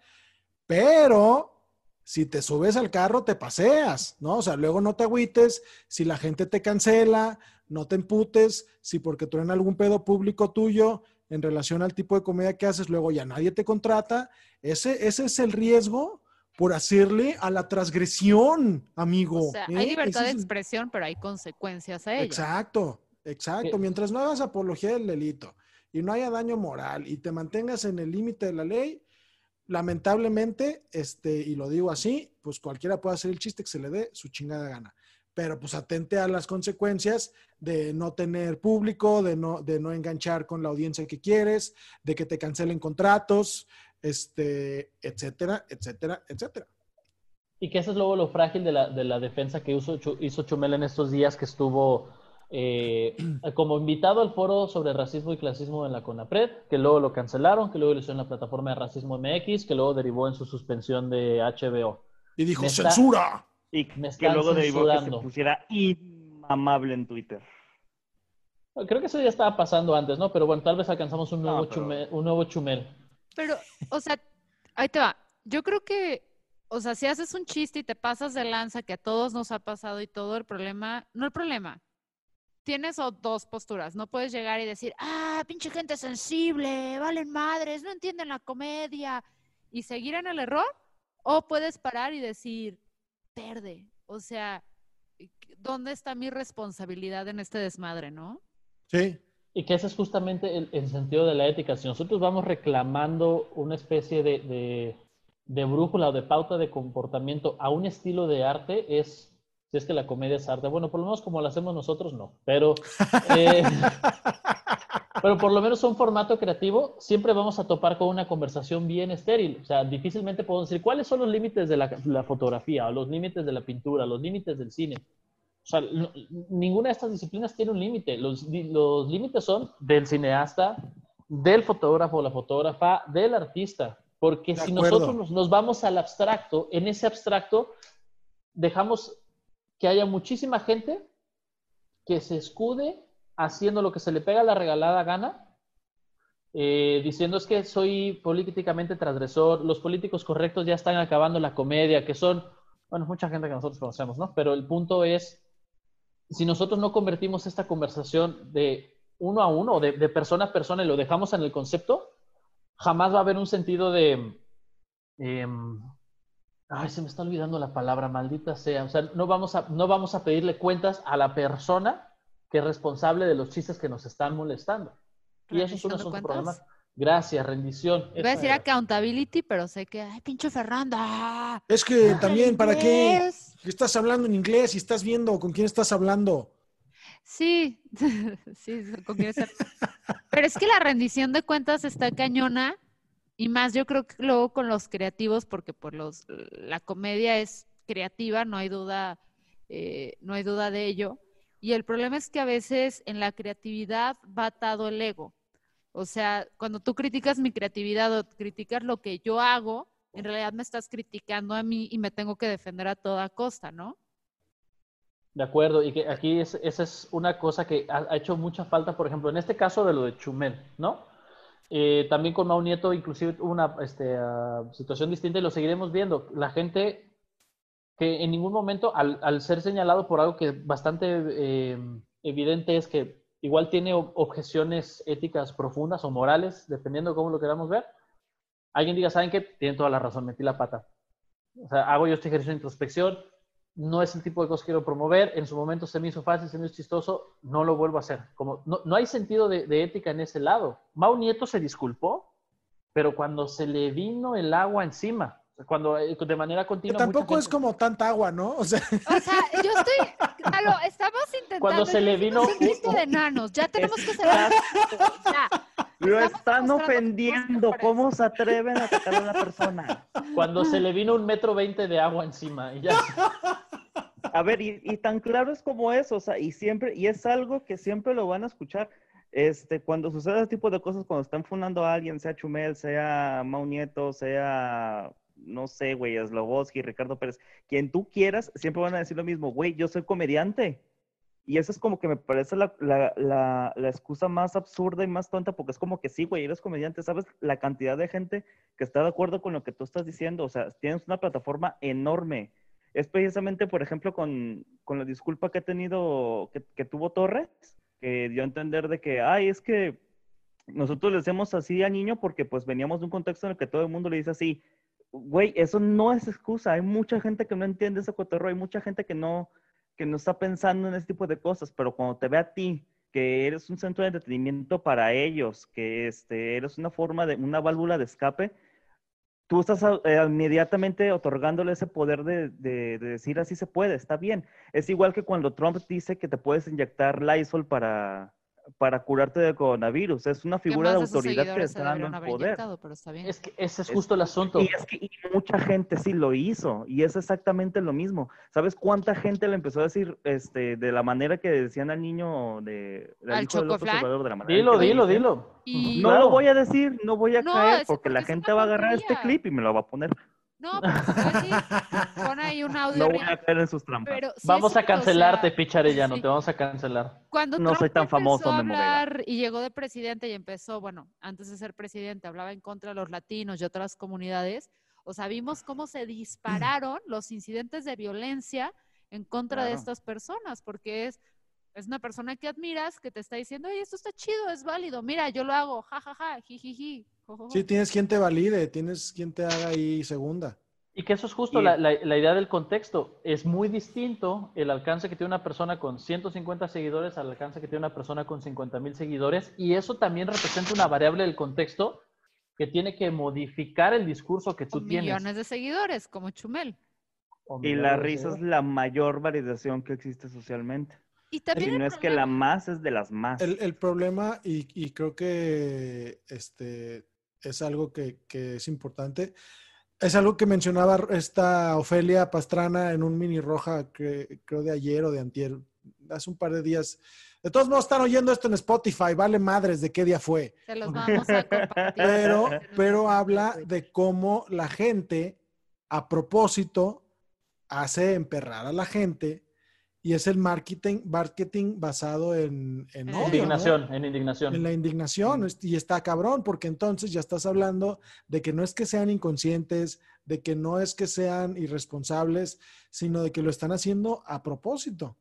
Pero si te subes al carro, te paseas, ¿no? O sea, luego no te agüites, si la gente te cancela, no te emputes, si porque tú en algún pedo público tuyo en relación al tipo de comedia que haces, luego ya nadie te contrata. Ese, ese es el riesgo por hacerle a la transgresión, amigo. O sea, ¿eh? hay libertad Ese de es... expresión, pero hay consecuencias a ella. Exacto, exacto. ¿Qué? Mientras no hagas apología del delito y no haya daño moral y te mantengas en el límite de la ley, lamentablemente, este, y lo digo así, pues cualquiera puede hacer el chiste que se le dé su chingada gana. Pero pues atente a las consecuencias de no tener público, de no, de no enganchar con la audiencia que quieres, de que te cancelen contratos, este, etcétera, etcétera, etcétera. Y que eso es luego lo frágil de la, de la defensa que hizo, hizo Chumel en estos días que estuvo eh, como invitado al foro sobre racismo y clasismo en la CONAPRED, que luego lo cancelaron, que luego lo hicieron en la plataforma de Racismo M X, que luego derivó en su suspensión de H B O. Y dijo, Me está- ¡censura! Y Me que están luego derivó que se censurando. pusiera inmamable en Twitter. Creo que eso ya estaba pasando antes, ¿no? Pero bueno, tal vez alcanzamos un nuevo, No, pero- chumel, un nuevo Chumel. Pero, o sea, ahí te va. Yo creo que, o sea, si haces un chiste y te pasas de lanza, que a todos nos ha pasado y todo el problema, no el problema. Tienes o dos posturas. No puedes llegar y decir, ah, pinche gente sensible, valen madres, no entienden la comedia, y seguir en el error. O puedes parar y decir, perde. O sea, ¿dónde está mi responsabilidad en este desmadre, no? Sí. Y que ese es justamente el, el sentido de la ética. Si nosotros vamos reclamando una especie de, de, de brújula o de pauta de comportamiento a un estilo de arte, es, si es que la comedia es arte, bueno, por lo menos como lo hacemos nosotros, no. Pero, eh, pero por lo menos un formato creativo, siempre vamos a topar con una conversación bien estéril. O sea, difícilmente podemos decir cuáles son los límites de la, la fotografía, o los límites de la pintura, los límites del cine. O sea, no, ninguna de estas disciplinas tiene un límite. Los, los límites son del cineasta, del fotógrafo o la fotógrafa, del artista. Porque De si acuerdo. nosotros nos, nos vamos al abstracto, en ese abstracto dejamos que haya muchísima gente que se escude haciendo lo que se le pega a la regalada gana, eh, diciendo es que soy políticamente transgresor, los políticos correctos ya están acabando la comedia, que son, bueno, mucha gente que nosotros conocemos, ¿no? Pero el punto es, si nosotros no convertimos esta conversación de uno a uno, de, de persona a persona, y lo dejamos en el concepto, jamás va a haber un sentido de... Eh, ay, se me está olvidando la palabra, maldita sea. O sea, no vamos a, no vamos a pedirle cuentas a la persona que es responsable de los chistes que nos están molestando. Y eso es un Rendición de asunto cuentas. problemático. Gracias, rendición. Iba a Esa decir era. accountability, pero sé que, ay, pinche Fernanda. Es que Habla también, ¿para qué? inglés. Estás hablando en inglés y estás viendo con quién estás hablando. Sí, sí, con quién estar. Pero es que la rendición de cuentas está cañona y más yo creo que luego con los creativos, porque por los la comedia es creativa, no hay duda, eh, no hay duda de ello. Y el problema es que a veces en la creatividad va atado el ego. O sea, cuando tú criticas mi creatividad o criticas lo que yo hago, en realidad me estás criticando a mí y me tengo que defender a toda costa, ¿no? De acuerdo, y que aquí es, esa es una cosa que ha, ha hecho mucha falta, por ejemplo, en este caso de lo de Chumel, ¿no? Eh, también con Mau Nieto, inclusive hubo una este, uh, situación distinta y lo seguiremos viendo. La gente que en ningún momento, al, al ser señalado por algo que bastante eh, evidente es que igual tiene objeciones éticas profundas o morales, dependiendo de cómo lo queramos ver, alguien diga, ¿saben qué? Tienen toda la razón, metí la pata. O sea, hago yo este ejercicio de introspección, no es el tipo de cosas que quiero promover. En su momento se me hizo fácil, se me hizo chistoso, no lo vuelvo a hacer. Como, no, no hay sentido de, de ética en ese lado. Mau Nieto se disculpó, pero cuando se le vino el agua encima, cuando de manera Que continua... tampoco mucha es gente- como tanta agua, ¿no? O sea, O sea, yo estoy, Lalo, estamos intentando. Cuando se le vino- Es un chiste de enanos. Ya tenemos que cerrar. Ya. Lo Estamos están demostrando ofendiendo. que ¿Cómo se atreven a atacar a una persona? Cuando se le vino un metro veinte de agua encima y ya. A ver, y, y tan claro es como eso, o sea, y siempre, y es algo que siempre lo van a escuchar. Este, cuando sucede ese tipo de cosas, cuando están fundando a alguien, sea Chumel, sea Mau Nieto, sea, no sé, güey, Slobodsky, Ricardo Pérez, quien tú quieras, siempre van a decir lo mismo, güey, yo soy comediante. Y eso es como que me parece la, la, la, la excusa más absurda y más tonta, porque es como que sí, güey, eres comediante, ¿sabes? La cantidad de gente que está de acuerdo con lo que tú estás diciendo, o sea, tienes una plataforma enorme. Es precisamente, por ejemplo, con, con la disculpa que ha tenido, que, que tuvo Torres, que dio a entender de que, ay, es que nosotros le decimos así al niño porque pues veníamos de un contexto en el que todo el mundo le dice así. Güey, eso no es excusa. Hay mucha gente que no entiende ese cotorreo, hay mucha gente que no, que no está pensando en ese tipo de cosas, pero cuando te ve a ti, que eres un centro de entretenimiento para ellos, que este, eres una forma de, una válvula de escape, tú estás eh, inmediatamente otorgándole ese poder de, de, de decir así se puede, está bien. Es igual que cuando Trump dice que te puedes inyectar Lysol para, para curarte de coronavirus. Es una Que figura de más de sus autoridad que seguidores está se dando deberían el haber poder. inyectado, pero está bien. Es que ese es Es- justo el asunto. Y es que y mucha gente sí lo hizo, y es exactamente lo mismo. ¿Sabes cuánta gente le empezó a decir este, de la manera que decían al niño, de, al ¿Al hijo del López Chocoflan? Obrador, de la manera en Dilo, que lo dilo, dicen? dilo. Y- No Claro. lo voy a decir, no voy a No, caer, es porque porque la es gente una va a agarrar este tontería. clip y me lo va a poner. No, pero te voy a decir, pon ahí un audio No voy real. a caer en sus trampas. Pero sí es Vamos a cierto, o cancelarte, sea, Picha Arellano, sí. te vamos a cancelar. Cuando No Trump soy tan empezó famoso, a Memo Vega. hablar y llegó de presidente y empezó, bueno, antes de ser presidente, hablaba en contra de los latinos y otras comunidades, o sea, vimos cómo se dispararon los incidentes de violencia en contra de Claro. estas personas, porque es, es una persona que admiras, que te está diciendo, oye, esto está chido, es válido, mira, yo lo hago, jajaja, ja, ja, jijiji. jojojo. sí, tienes quien te valide, tienes quien te haga ahí segunda. Y que eso es justo Y- la, la- la idea del contexto. Es muy distinto el alcance que tiene una persona con ciento cincuenta seguidores al alcance que tiene una persona con cincuenta mil seguidores. Y eso también representa una variable del contexto que tiene que modificar el discurso que tú Con tienes. millones de seguidores, como Chumel. O Y millones la de risa es seguidores. la mayor validación que existe socialmente. Y también Si el no es que problema- la más, es de las más. El, el problema, y, y creo que este, es algo que, que es importante, es algo que mencionaba esta Ofelia Pastrana en un mini roja, que, creo de ayer o de antier, hace un par de días. De todos modos están oyendo esto en Spotify, vale madres de qué día fue. Se los vamos a compartir. Pero, En pero nuestro habla Twitter. de cómo la gente, a propósito, hace emperrar a la gente, y es el marketing, marketing basado en, en En odio, ¿no? Indignación, en indignación. En la indignación, es- y está cabrón, porque entonces ya estás hablando de que no es que sean inconscientes, de que no es que sean irresponsables, sino de que lo están haciendo a propósito.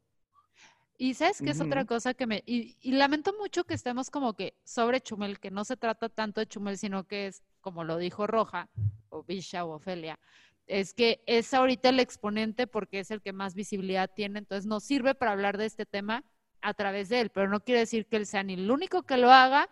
Y sabes que es otra Ujú. cosa que me... Y, y lamento mucho que estemos como que sobre Chumel, que no se trata tanto de Chumel, sino que es, como lo dijo Roja, o Bisha o Ofelia, es que es ahorita el exponente porque es el que más visibilidad tiene, entonces nos sirve para hablar de este tema a través de él, pero no quiere decir que él sea ni el único que lo haga,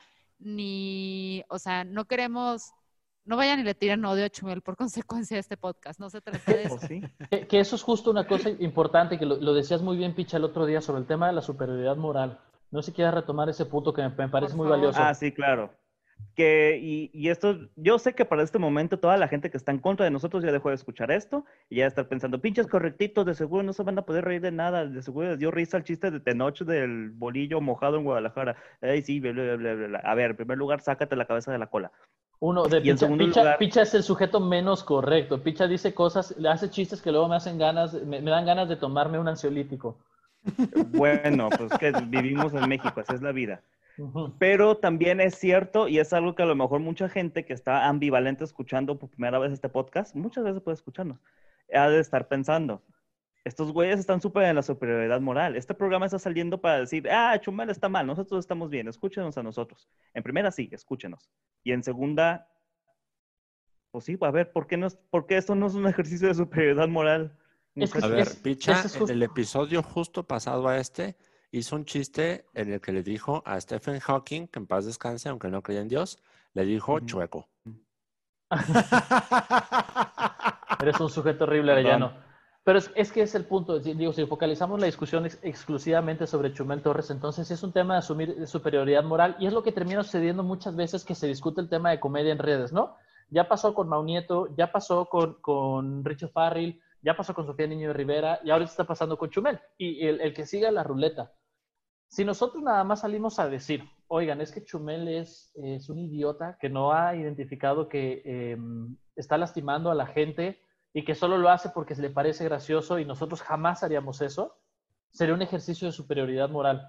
ni, o sea, no queremos, no vayan y le tiren odio a Chumel por consecuencia de este podcast, no se trata de eso. ¿O sí? Que, que eso es justo una cosa importante, que lo, lo decías muy bien, Picha, el otro día sobre el tema de la superioridad moral. No sé si quieres retomar ese punto que me, me parece Por muy favor. valioso. Ah, sí, claro. Que, y, y esto, yo sé que para este momento toda la gente que está en contra de nosotros ya dejó de escuchar esto y ya está pensando, pinches correctitos, de seguro no se van a poder reír de nada, de seguro les dio risa el chiste de Tenoch del bolillo mojado en Guadalajara. Ay, sí, bla, bla, bla, bla, bla. A ver, en primer lugar, sácate la cabeza de la cola. Uno, de Y en Picha, segundo Picha, lugar- Picha es el sujeto menos correcto. Picha dice cosas, le hace chistes que luego me hacen ganas, me, me dan ganas de tomarme un ansiolítico. Bueno, pues que vivimos en México, así es la vida. Ujú. Pero también es cierto, y es algo que a lo mejor mucha gente que está ambivalente escuchando por primera vez este podcast, muchas veces puede escucharnos, ha de estar pensando, estos güeyes están súper en la superioridad moral. Este programa está saliendo para decir, ah, Chumel está mal, nosotros estamos bien, escúchenos a nosotros. En primera, sí, escúchenos. Y en segunda, pues sí, a ver, ¿por qué, no es, ¿por qué esto no es un ejercicio de superioridad moral? Es que A ver, es- Picha, ese es en justo- el episodio justo pasado a este, hizo un chiste en el que le dijo a Stephen Hawking, que en paz descanse, aunque no creía en Dios, le dijo Ujú. chueco. Eres un sujeto horrible, Perdón. Arellano. Pero es, es que es el punto. Si- Digo, si focalizamos la discusión ex- exclusivamente sobre Chumel Torres, entonces es un tema de asumir superioridad moral y es lo que termina sucediendo muchas veces que se discute el tema de comedia en redes, ¿no? Ya pasó con Maunieto, ya pasó con, con Richo Farrell, ya pasó con Sofía Niño de Rivera y ahora está pasando con Chumel. Y el, el que siga la ruleta. Si nosotros nada más salimos a decir, oigan, es que Chumel es, es un idiota que no ha identificado que eh, está lastimando a la gente y que solo lo hace porque se le parece gracioso y nosotros jamás haríamos eso, sería un ejercicio de superioridad moral.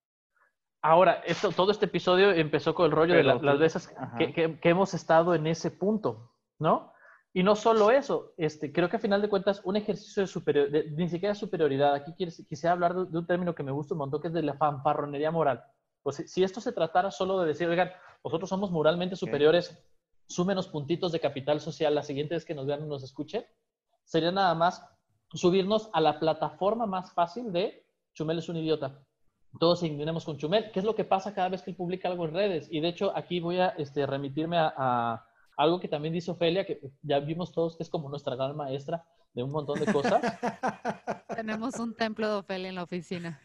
Ahora, esto, todo este episodio empezó con el rollo de Pero la- tú- las veces ajá. que, que- que hemos estado en ese punto, ¿no? Y no solo eso, este, creo que a final de cuentas un ejercicio de superioridad, ni siquiera superioridad, aquí quis- quisiera hablar de, de un término que me gusta un montón, que es de la fanfarronería moral. Pues si, si esto se tratara solo de decir, oigan, nosotros somos moralmente superiores, súmenos puntitos de capital social, la siguiente vez que nos vean y nos escuchen, sería nada más subirnos a la plataforma más fácil de Chumel es un idiota. Todos indignemos con Chumel. ¿Qué es lo que pasa cada vez que él publica algo en redes? Y de hecho, aquí voy a este, remitirme a, a algo que también dice Ofelia, que ya vimos todos que es como nuestra gran maestra de un montón de cosas. Tenemos un templo de Ofelia en la oficina.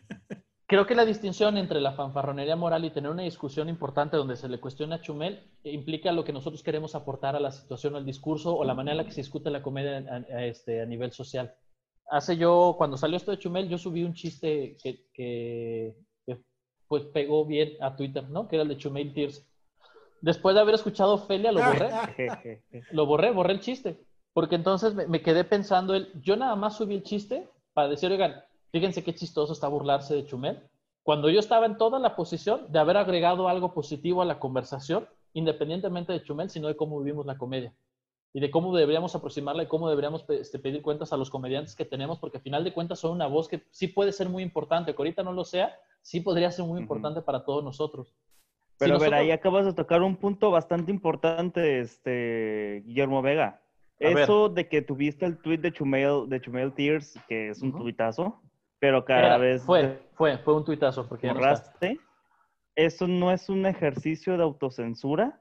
Creo que la distinción entre la fanfarronería moral y tener una discusión importante donde se le cuestiona a Chumel implica lo que nosotros queremos aportar a la situación, al discurso o la manera en la que se discute la comedia a, a, este, a nivel social. Hace yo, cuando salió esto de Chumel, yo subí un chiste que, que, que pues pegó bien a Twitter, ¿no? Que era el de Chumel Tears. Después de haber escuchado a Ofelia, lo borré. Lo borré, borré el chiste. Porque entonces me, me quedé pensando, el, yo nada más subí el chiste para decir, oigan, fíjense qué chistoso está burlarse de Chumel. Cuando yo estaba en toda la posición de haber agregado algo positivo a la conversación, independientemente de Chumel, sino de cómo vivimos la comedia. Y de cómo deberíamos aproximarla y cómo deberíamos este, pedir cuentas a los comediantes que tenemos, porque al final de cuentas son una voz que sí puede ser muy importante, que ahorita no lo sea, sí podría ser muy importante uh-huh. para todos nosotros. Pero si a ver, nosotros... ahí acabas de tocar un punto bastante importante, este, Guillermo Vega. A Eso ver. de que tuviste el tweet de Chumel, de Chumel Tears, que es un uh-huh. tuitazo, pero cada Era, vez... Fue, fue, fue un tuitazo, porque borraste. Ya no está. ¿Eso no es un ejercicio de autocensura?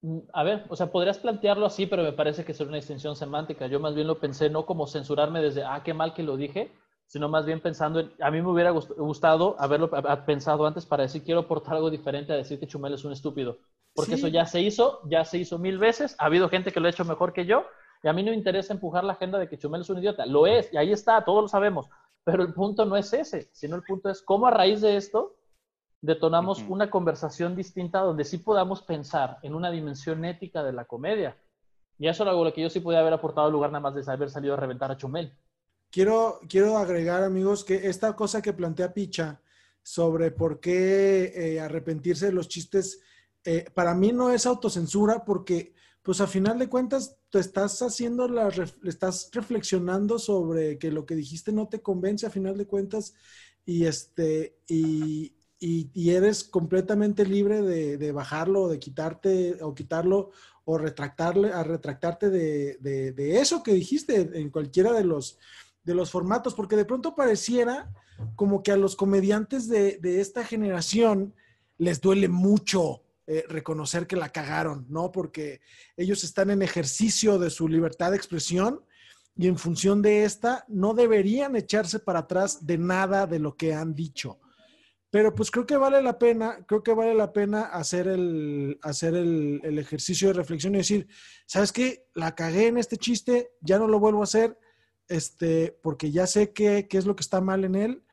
A ver, o sea, podrías plantearlo así, pero me parece que es una distinción semántica. Yo más bien lo pensé no como censurarme desde, ah, qué mal que lo dije, sino más bien pensando en, a mí me hubiera gustado haberlo pensado antes para decir, quiero aportar algo diferente a decir que Chumel es un estúpido. Porque sí. Eso ya se hizo, ya se hizo mil veces, ha habido gente que lo ha hecho mejor que yo, y a mí no me interesa empujar la agenda de que Chumel es un idiota. Lo es, y ahí está, todos lo sabemos. Pero el punto no es ese, sino el punto es cómo a raíz de esto detonamos uh-huh. una conversación distinta donde sí podamos pensar en una dimensión ética de la comedia. Y eso era algo lo que yo sí podía haber aportado en lugar nada más de haber salido a reventar a Chumel. Quiero, quiero agregar, amigos, que esta cosa que plantea Picha sobre por qué eh, arrepentirse de los chistes, eh, para mí no es autocensura porque, pues a final de cuentas, te estás haciendo la, estás reflexionando sobre que lo que dijiste no te convence a final de cuentas y este, y, Y, y eres completamente libre de, de bajarlo, de quitarte o quitarlo o retractarle, a retractarte de, de, de eso que dijiste en cualquiera de los, de los formatos, porque de pronto pareciera como que a los comediantes de, de esta generación les duele mucho eh, reconocer que la cagaron, ¿no? Porque ellos están en ejercicio de su libertad de expresión y en función de esta no deberían echarse para atrás de nada de lo que han dicho. Pero pues creo que vale la pena, creo que vale la pena hacer el, hacer el, el ejercicio de reflexión y decir, ¿sabes qué? La cagué en este chiste, ya no lo vuelvo a hacer, este, porque ya sé qué, qué es lo que está mal en él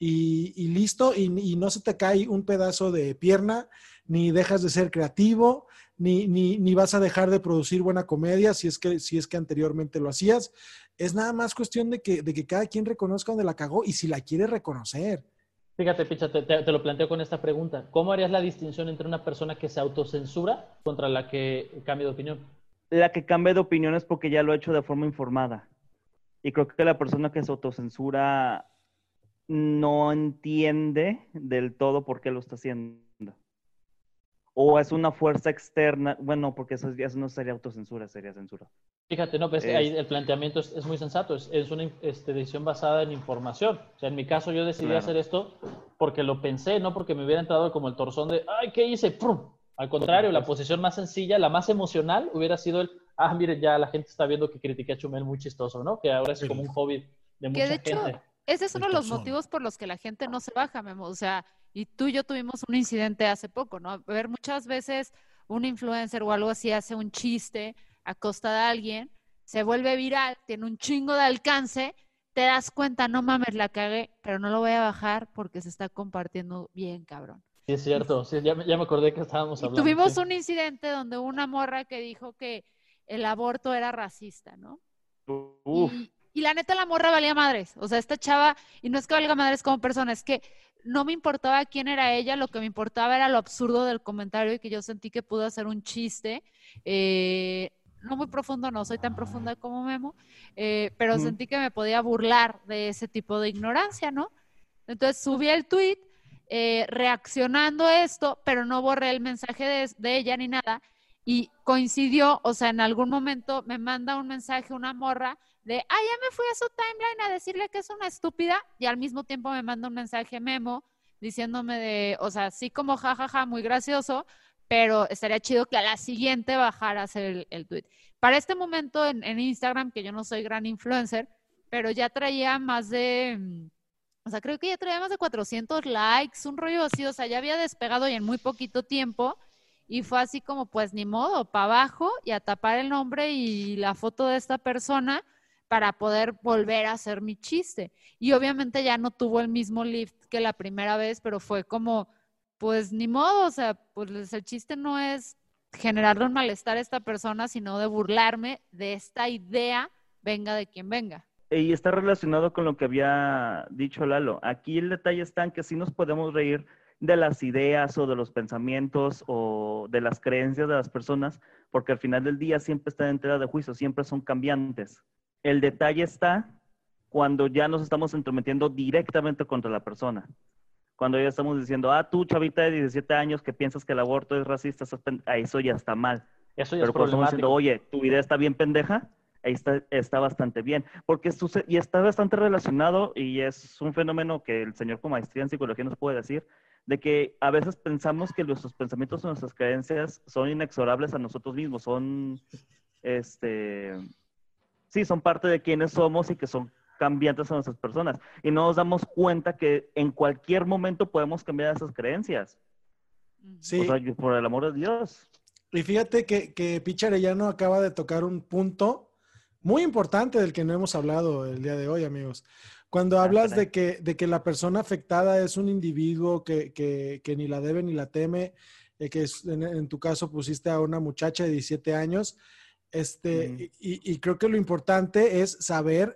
y, y listo, y, y no se te cae un pedazo de pierna, ni dejas de ser creativo, ni, ni, ni vas a dejar de producir buena comedia si es que, si es que anteriormente lo hacías. Es nada más cuestión de que, de que cada quien reconozca donde la cagó y si la quiere reconocer. Fíjate, Picha, te, te, te lo planteo con esta pregunta. ¿Cómo harías la distinción entre una persona que se autocensura contra la que cambia de opinión? La que cambia de opinión es porque ya lo ha hecho de forma informada. Y creo que la persona que se autocensura no entiende del todo por qué lo está haciendo. o es una fuerza externa. Bueno, porque eso, eso no sería autocensura, sería censura. Fíjate, no, pues Es- ahí el planteamiento es, es muy sensato, es, es una este, decisión basada en información. O sea, en mi caso yo decidí Claro. hacer esto porque lo pensé, no porque me hubiera entrado como el torzón de, ay, ¿qué hice? ¡Prum! Al contrario, la posición más sencilla, la más emocional, hubiera sido el, ah, mire, ya la gente está viendo que critiqué a Chumel, muy chistoso, ¿no? Que ahora es como un hobby de mucha Que de hecho, gente. ese es El uno de los tozón. motivos por los que la gente no se baja, Memo. O sea, y tú y yo tuvimos un incidente hace poco, ¿no? A ver, muchas veces un influencer o algo así hace un chiste a costa de alguien, se vuelve viral, tiene un chingo de alcance, te das cuenta, no mames, la cagué, pero no lo voy a bajar porque se está compartiendo bien, cabrón. Sí, es cierto, sí, ya, me- ya me acordé que estábamos Y hablando. tuvimos sí. un incidente donde una morra que dijo que el aborto era racista, ¿no? Uf, Y, y la neta, la morra valía madres. O sea, esta chava, y no es que valga madres como persona, es que no me importaba quién era ella, lo que me importaba era lo absurdo del comentario y que yo sentí que pudo hacer un chiste. eh, no muy profundo, no soy tan profunda como Memo, eh, pero Ujú. sentí que me podía burlar de ese tipo de ignorancia, ¿no? Entonces subí el tweet eh, reaccionando a esto, pero no borré el mensaje de, de ella ni nada. Y coincidió, o sea, en algún momento me manda un mensaje una morra de, ah, ya me fui a su timeline a decirle que es una estúpida, y al mismo tiempo me manda un mensaje Memo diciéndome de, o sea, sí como jajaja, ja, ja, muy gracioso, pero estaría chido que a la siguiente bajaras el, el tweet. Para este momento en, en Instagram, que yo no soy gran influencer, pero ya traía más de, mm, o sea, creo que ya traía más de cuatrocientos likes, un rollo así, o sea, ya había despegado y en muy poquito tiempo. Y fue así como, pues ni modo, para abajo y a tapar el nombre y la foto de esta persona para poder volver a hacer mi chiste. Y obviamente ya no tuvo el mismo lift que la primera vez, pero fue como, pues ni modo, o sea, pues el chiste no es generarle un malestar a esta persona, sino de burlarme de esta idea, venga de quien venga. y está relacionado con lo que había dicho Lalo. Aquí el detalle está en que sí nos podemos reír de las ideas o de los pensamientos o de las creencias de las personas, porque al final del día siempre están en tela de juicio, siempre son cambiantes. El detalle está cuando ya nos estamos entrometiendo directamente contra la persona. Cuando ya estamos diciendo, ah, tú, chavita de diecisiete años que piensas que el aborto es racista, eso ya está mal. Eso ya Pero es cuando estamos diciendo, problemático. oye, tu idea está bien pendeja, ahí está, está bastante bien. Porque sucede, y está bastante relacionado, y es un fenómeno que el señor con maestría en psicología nos puede decir, de que a veces pensamos que nuestros pensamientos o nuestras creencias son inexorables a nosotros mismos, son, este, sí, son parte de quienes somos y que son cambiantes a nuestras personas. Y no nos damos cuenta que en cualquier momento podemos cambiar esas creencias. Sí, O sea, yo, por el amor de Dios. y fíjate que, que Pichi Arellano acaba de tocar un punto muy importante del que no hemos hablado el día de hoy, amigos. Cuando Ah, hablas caray. de que, de que la persona afectada es un individuo que, que, que ni la debe ni la teme, eh, que es, en, en tu caso pusiste a una muchacha de diecisiete años, este, Ujú. y, y creo que lo importante es saber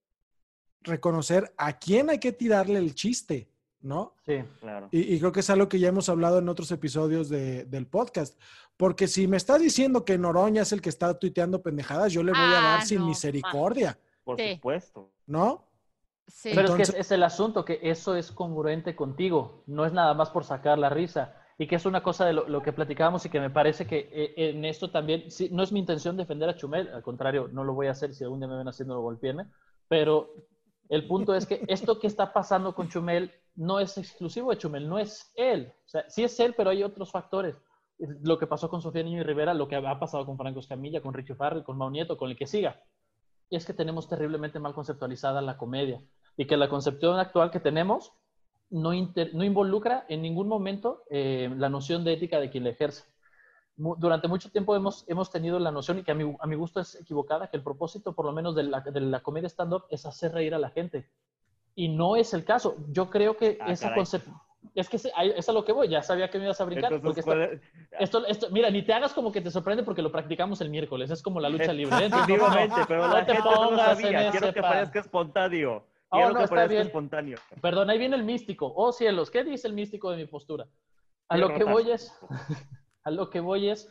reconocer a quién hay que tirarle el chiste, ¿no? Sí. Claro. Y, y creo que es algo que ya hemos hablado en otros episodios de, del podcast. Porque si me estás diciendo que Noroña es el que está tuiteando pendejadas, yo le voy a dar Ah, sin no, misericordia, Por Sí. supuesto. ¿no? Sí. Pero Entonces- es que es el asunto, que eso es congruente contigo, no es nada más por sacar la risa. Y que es una cosa de lo, lo que platicábamos y que me parece que eh, en esto también, sí, no es mi intención defender a Chumel, al contrario, no lo voy a hacer, si algún día me ven haciéndolo, golpeenme, pero el punto es que esto que está pasando con Chumel no es exclusivo de Chumel, no es él. O sea, sí es él, pero hay otros factores. Lo que pasó con Sofía Niño y Rivera, lo que ha pasado con Franco Escamilla, con Richie Farrell, con Mau Nieto, con el que siga. Y es que tenemos terriblemente mal conceptualizada la comedia y que la concepción actual que tenemos no, inter, no involucra en ningún momento eh, la noción de ética de quien la ejerce. Mu durante mucho tiempo hemos, hemos tenido la noción, y que a mi, a mi gusto es equivocada, que el propósito por lo menos de la, de la comedia stand-up es hacer reír a la gente. Y no es el caso. Yo creo que Ah, esa caray. concepción... Es que es a lo que voy, ya sabía que me ibas a brincar. Entonces, Porque ¿cuál esto, es? esto, esto, mira, ni te hagas como que te sorprende porque lo practicamos el miércoles, es como la lucha libre. ¿eh? Entonces, no, Efectivamente, no, pero no la te gente no lo pongas en sabía. ese Quiero que pan. parezca espontáneo. Oh, Quiero no, que está parezca bien. espontáneo. Perdón, ahí viene el místico. Oh, cielos, ¿qué dice el místico de mi postura? A Tienes lo que razón. voy es, a lo que voy es,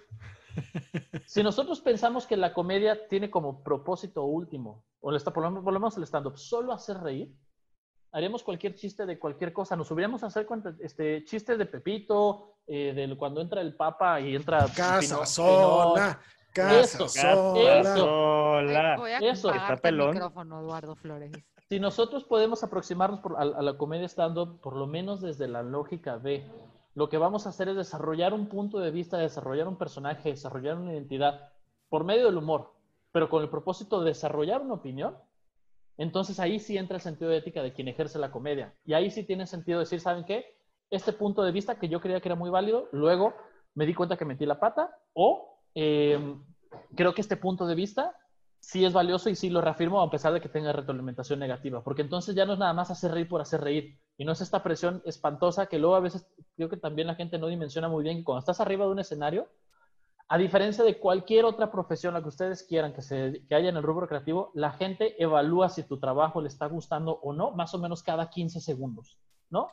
si nosotros pensamos que la comedia tiene como propósito último, o el, por lo menos el stand-up, solo hacer reír, haríamos cualquier chiste de cualquier cosa. Nos subiríamos a hacer cuenta- este, chistes de Pepito, eh, de cuando entra el Papa y entra Casa Pino- sola, casa Eso, sola. eso. Sola. Voy a Eso. Está apagarte el pelón. micrófono, Eduardo Flores. Si nosotros podemos aproximarnos por- a, a la comedia stand-up, por lo menos desde la lógica de lo que vamos a hacer es desarrollar un punto de vista, desarrollar un personaje, desarrollar una identidad por medio del humor, pero con el propósito de desarrollar una opinión, entonces ahí sí entra el sentido de ética de quien ejerce la comedia. Y ahí sí tiene sentido decir, ¿saben qué? Este punto de vista que yo creía que era muy válido, luego me di cuenta que metí la pata, o eh, creo que este punto de vista sí es valioso y sí lo reafirmo a pesar de que tenga retroalimentación negativa, porque entonces ya no es nada más hacer reír por hacer reír, y no es esta presión espantosa que luego a veces creo que también la gente no dimensiona muy bien, que cuando estás arriba de un escenario, a diferencia de cualquier otra profesión, la que ustedes quieran que, se, que haya en el rubro creativo, la gente evalúa si tu trabajo le está gustando o no, más o menos cada quince segundos, ¿no?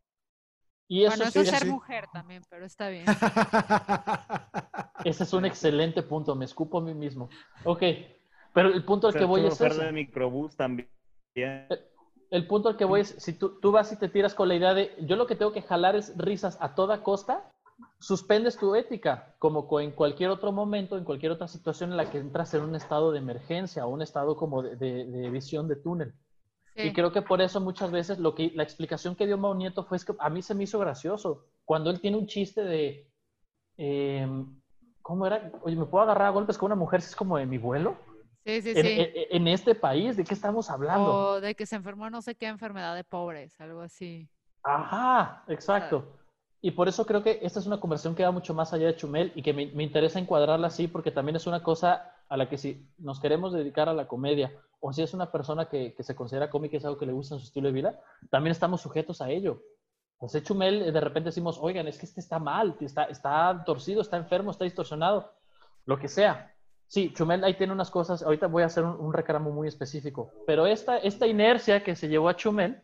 Y eso, Bueno, sí, eso es sí, ser sí. mujer también, pero está bien. ese es un excelente punto, me escupo a mí mismo. Ok, pero el punto al que Ser voy es chofer ese. de microbús también. El punto al que voy es, si tú, tú vas y te tiras con la idea de, yo lo que tengo que jalar es risas a toda costa, suspendes tu ética, como co- en cualquier otro momento, en cualquier otra situación en la que entras en un estado de emergencia o un estado como de, de- de visión de túnel. Sí. Y creo que por eso muchas veces lo que, la explicación que dio Mau Nieto fue es que a mí se me hizo gracioso. Cuando él tiene un chiste de, eh, ¿cómo era? Oye, ¿me puedo agarrar a golpes con una mujer si es como de mi vuelo? Sí, sí, En, sí. en- en este país, ¿de qué estamos hablando? O de que se enfermó no sé qué enfermedad de pobres, algo así. Ajá, exacto. Y por eso creo que esta es una conversación que va mucho más allá de Chumel y que me, me interesa encuadrarla así porque también es una cosa a la que si nos queremos dedicar a la comedia o si es una persona que, que se considera cómica y es algo que le gusta en su estilo de vida, también estamos sujetos a ello. José Chumel, eh, de repente decimos, oigan, es que este está mal, está, está torcido, está enfermo, está distorsionado, lo que sea. Sí, Chumel ahí tiene unas cosas, ahorita voy a hacer un, un reclamo muy específico, pero esta, esta inercia que se llevó a Chumel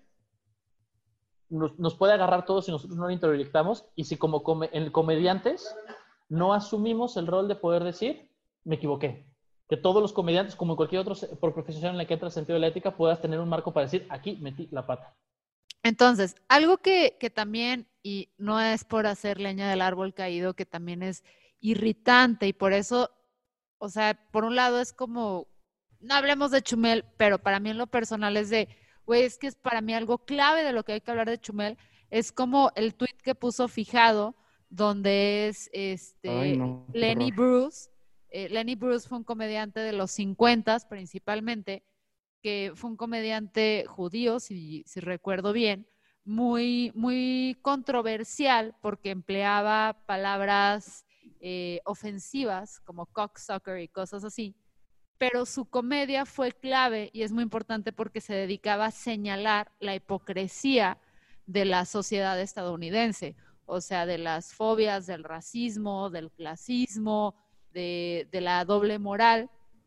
nos, nos puede agarrar todos si nosotros no lo introyectamos y si como come, en comediantes no asumimos el rol de poder decir, me equivoqué. Que todos los comediantes, como en cualquier otra profesión en la que entra el sentido de la ética, puedas tener un marco para decir, aquí metí la pata. Entonces, algo que, que también, y no es por hacer leña del árbol caído, que también es irritante y por eso, o sea, por un lado es como, no hablemos de Chumel, pero para mí en lo personal es de, güey, es que es para mí algo clave de lo que hay que hablar de Chumel, es como el tweet que puso Fijado, donde es este Ay, no, qué Lenny horror. Bruce. Eh, Lenny Bruce fue un comediante de los cincuentas principalmente, que fue un comediante judío, si, si recuerdo bien, muy, muy controversial porque empleaba palabras eh, ofensivas como cocksucker y cosas así, pero su comedia fue clave y es muy importante porque se dedicaba a señalar la hipocresía de la sociedad estadounidense, o sea, de las fobias, del racismo, del clasismo, de, de la doble moral.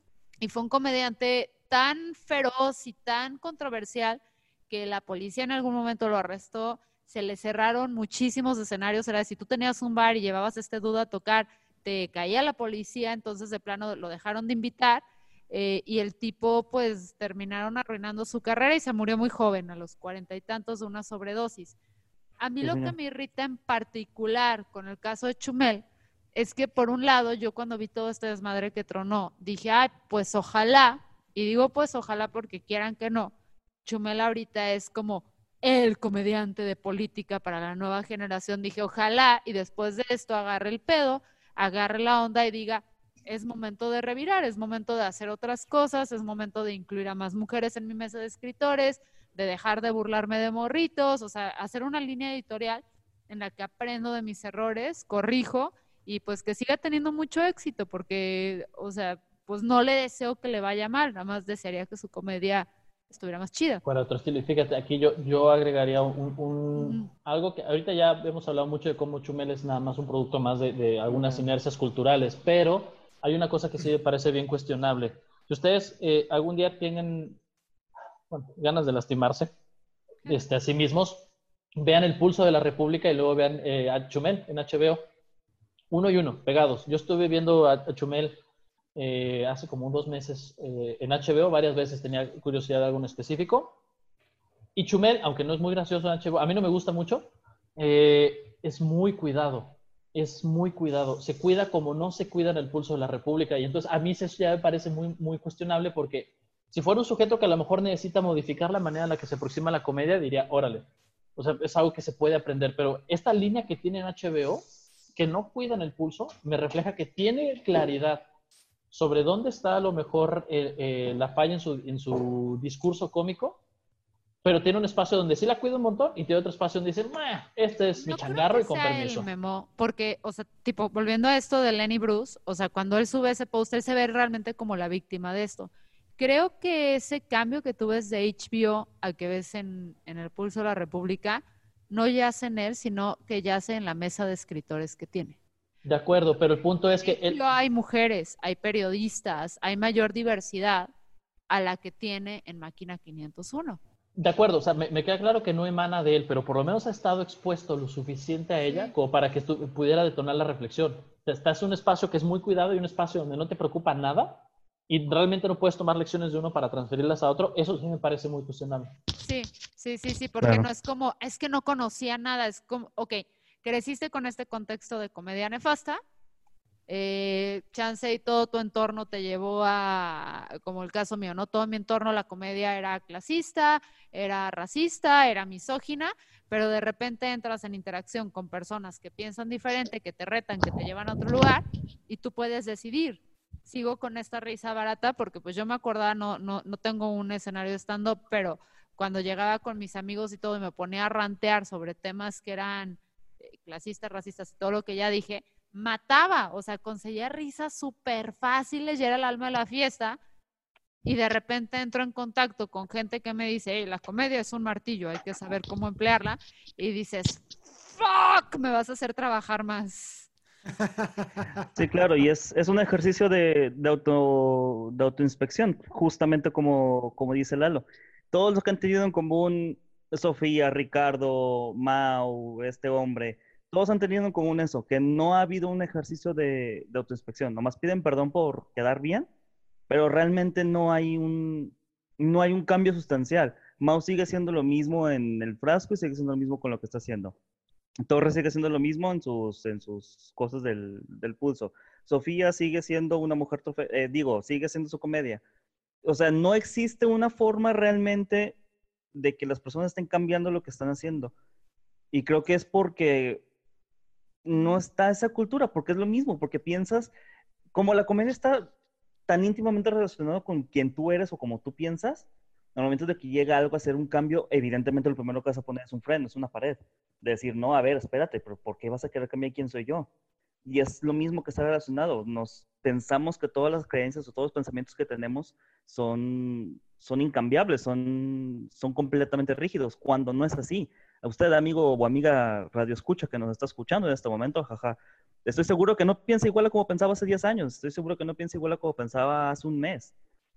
Y fue un comediante tan feroz y tan controversial que la policía en algún momento lo arrestó, se le cerraron muchísimos escenarios, era si tú tenías un bar y llevabas este dudo a tocar, te caía la policía, entonces de plano lo dejaron de invitar eh, y el tipo pues terminaron arruinando su carrera y se murió muy joven, a los cuarenta y tantos de una sobredosis. A mí Sí, lo que señor. me irrita en particular con el caso de Chumel es que por un lado yo cuando vi todo este desmadre que tronó, dije, ay, pues ojalá, y digo pues ojalá porque quieran que no, Chumel ahorita es como el comediante de política para la nueva generación. Dije, ojalá, y después de esto agarre el pedo, agarre la onda y diga, es momento de revirar, es momento de hacer otras cosas, es momento de incluir a más mujeres en mi mesa de escritores, de dejar de burlarme de morritos, o sea, hacer una línea editorial en la que aprendo de mis errores, corrijo, y pues que siga teniendo mucho éxito, porque, o sea, pues no le deseo que le vaya mal, nada más desearía que su comedia estuviera más chida. Para otro estilo. Y fíjate, aquí yo, yo agregaría un, un- Ujú. algo que ahorita ya hemos hablado mucho de cómo Chumel es nada más un producto más de, de algunas Ujú. inercias culturales, pero hay una cosa que sí me parece bien cuestionable. Si ustedes eh, algún día tienen bueno, ganas de lastimarse este, a sí mismos, vean El Pulso de la República y luego vean eh, a Chumel en H B O. Uno y uno, pegados. Yo estuve viendo a, a Chumel eh, hace como dos meses eh, en H B O, varias veces tenía curiosidad de algo en específico. Y Chumel, aunque no es muy gracioso en H B O, a mí no me gusta mucho, eh, es muy cuidado. Es muy cuidado. Se cuida como no se cuida en El Pulso de la República. Y entonces a mí eso ya me parece muy, muy cuestionable porque si fuera un sujeto que a lo mejor necesita modificar la manera en la que se aproxima la comedia, diría, órale. O sea, es algo que se puede aprender. Pero esta línea que tiene en H B O, que no cuida en El Pulso, me refleja que tiene claridad sobre dónde está a lo mejor eh, eh, la falla en su, en su discurso cómico, pero tiene un espacio donde sí la cuida un montón y tiene otro espacio donde dice, este es mi No creo changarro que y con sea permiso. el Memo, porque, o sea, tipo, volviendo a esto de Lenny Bruce, o sea, cuando él sube ese post, él se ve realmente como la víctima de esto. Creo que ese cambio que tú ves de H B O al que ves en, en El Pulso de la República, no yace en él, sino que yace en la mesa de escritores que tiene. De acuerdo, pero el punto es que... En H B O hay mujeres, hay periodistas, hay mayor diversidad a la que tiene en Máquina quinientos uno. De acuerdo, o sea, me, me queda claro que no emana de él, pero por lo menos ha estado expuesto lo suficiente a ella Sí. como para que estu- pudiera detonar la reflexión. O sea, estás en un espacio que es muy cuidado y un espacio donde no te preocupa nada y realmente no puedes tomar lecciones de uno para transferirlas a otro. Eso sí me parece muy cuestionable. Sí, sí, sí, sí, porque Claro. no es como, es que no conocía nada, es como, ok, creciste con este contexto de comedia nefasta, eh, chance y todo tu entorno te llevó a, como el caso mío, ¿no? Todo mi entorno, la comedia era clasista, era racista, era misógina, pero de repente entras en interacción con personas que piensan diferente, que te retan, que te llevan a otro lugar y tú puedes decidir. Sigo con esta risa barata porque pues yo me acordaba, no, no, no tengo un escenario de stand-up, pero cuando llegaba con mis amigos y todo y me ponía a rantear sobre temas que eran eh, clasistas, racistas y todo lo que ya dije, mataba, o sea, conseguía risas súper fáciles y era el alma de la fiesta. Y de repente entro en contacto con gente que me dice, hey, la comedia es un martillo, hay que saber cómo emplearla. Y dices, fuck, me vas a hacer trabajar más. Sí, claro, y es, es un ejercicio de, de, auto, de autoinspección, justamente como, como dice Lalo. Todos los que han tenido en común, Sofía, Ricardo, Mau, este hombre, todos han tenido en común eso, que no ha habido un ejercicio de, de autoinspección. Nomás piden perdón por quedar bien, pero realmente no hay un, no hay un cambio sustancial. Mau sigue siendo lo mismo en el frasco y sigue siendo lo mismo con lo que está haciendo. Torres sigue siendo lo mismo en sus, en sus cosas del, del pulso. Sofía sigue siendo una mujer, trofe- eh, digo, sigue siendo su comedia. O sea, no existe una forma realmente de que las personas estén cambiando lo que están haciendo. Y creo que es porque no está esa cultura, porque es lo mismo, porque piensas, como la comedia está tan íntimamente relacionada con quien tú eres o como tú piensas, al momento de que llega algo a hacer un cambio, evidentemente lo primero que vas a poner es un freno, es una pared. De decir, no, a ver, espérate, pero ¿por qué vas a querer cambiar quién soy yo? Y es lo mismo que está relacionado. Nos pensamos que todas las creencias o todos los pensamientos que tenemos son, son incambiables, son, son completamente rígidos, cuando no es así. A usted, amigo o amiga radio escucha que nos está escuchando en este momento, jaja, estoy seguro que no piensa igual a como pensaba hace diez años, estoy seguro que no piensa igual a como pensaba hace un mes.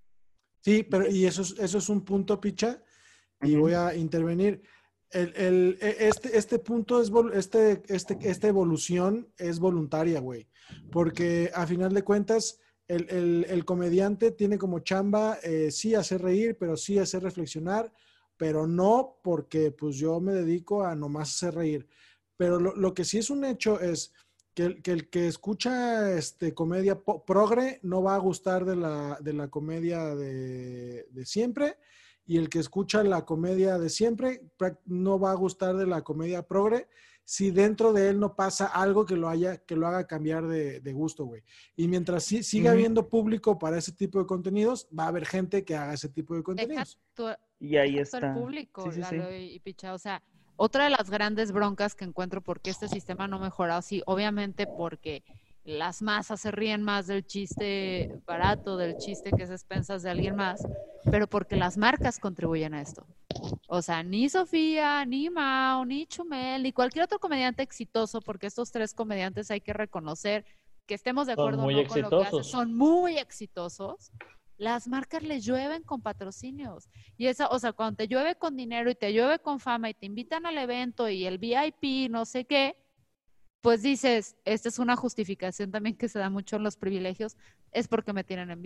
Sí, pero y eso es, eso es un punto, Picha, y Ujú. voy a intervenir. El, el- e- este, este punto es, vol- este, este, esta evolución es voluntaria, güey, porque a final de cuentas el, el- el comediante tiene como chamba eh, sí hacer reír, pero sí hacer reflexionar, pero no porque pues yo me dedico a nomás hacer reír. Pero lo, lo que sí es un hecho es que el que, el que escucha este, comedia po- progre no va a gustar de la, de la comedia de, de siempre, y el que escucha la comedia de siempre prac- no va a gustar de la comedia progre si dentro de él no pasa algo que lo, haya, que lo haga cambiar de, de gusto, güey. Y mientras sí, siga Ujú. habiendo público para ese tipo de contenidos, va a haber gente que haga ese tipo de Deja contenidos. tu, Y ahí deja tú el está. público, Sí, sí, sí. Lalo y, y Picha. O sea, otra de las grandes broncas que encuentro porque este sistema no ha mejorado, sí, obviamente porque las masas se ríen más del chiste barato, del chiste que es a expensas de alguien más, pero porque las marcas contribuyen a esto. O sea, ni Sofía, ni Mao, ni Chumel, ni cualquier otro comediante exitoso, porque estos tres comediantes hay que reconocer que estemos de Son acuerdo o muy no con lo que hacen, exitosos. son muy exitosos. Las marcas les llueven con patrocinios. Y esa, o sea, cuando te llueve con dinero y te llueve con fama y te invitan al evento y el V I P, no sé qué, pues dices, esta es una justificación también que se da mucho en los privilegios, es porque me tienen envidia,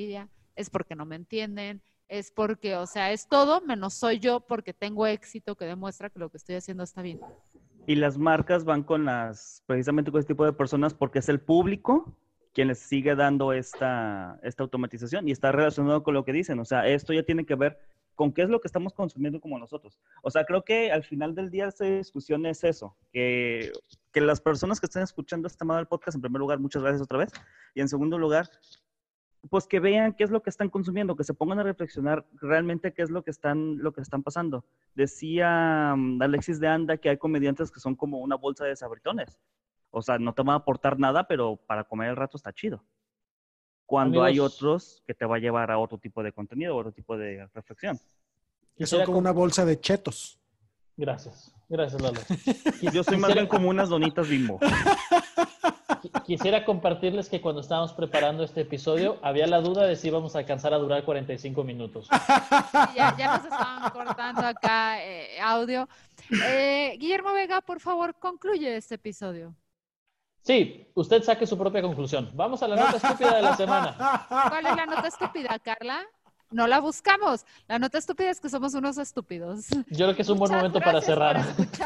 es porque no me entienden, es porque, o sea, es todo menos soy yo porque tengo éxito que demuestra que lo que estoy haciendo está bien. Y las marcas van con las, precisamente con este tipo de personas porque es el público quien les sigue dando esta, esta automatización y está relacionado con lo que dicen. O sea, esto ya tiene que ver con qué es lo que estamos consumiendo como nosotros. O sea, creo que al final del día esta discusión es eso, que, que las personas que estén escuchando esta madre del podcast, en primer lugar, muchas gracias otra vez, y en segundo lugar, pues que vean qué es lo que están consumiendo, que se pongan a reflexionar realmente qué es lo que están, lo que están pasando. Decía um, Alexis de Anda que hay comediantes que son como una bolsa de sabritones. O sea, no te van a aportar nada, pero para comer el rato está chido. Cuando Amigos, hay otros que te va a llevar a otro tipo de contenido, otro tipo de reflexión. Que son como una bolsa de chetos. Gracias, gracias Lalo. Yo soy más bien como unas donitas Bimbo. Quisiera compartirles que cuando estábamos preparando este episodio había la duda de si íbamos a alcanzar a durar cuarenta y cinco minutos. Ya, ya nos estaban cortando acá eh, audio. Eh, Guillermo Vega, por favor, concluye este episodio. Sí, usted saque su propia conclusión. Vamos a la nota estúpida de la semana. ¿Cuál es la nota estúpida, Carla? No la buscamos. La nota estúpida es que somos unos estúpidos. Yo creo que es un buen Muchas momento para cerrar.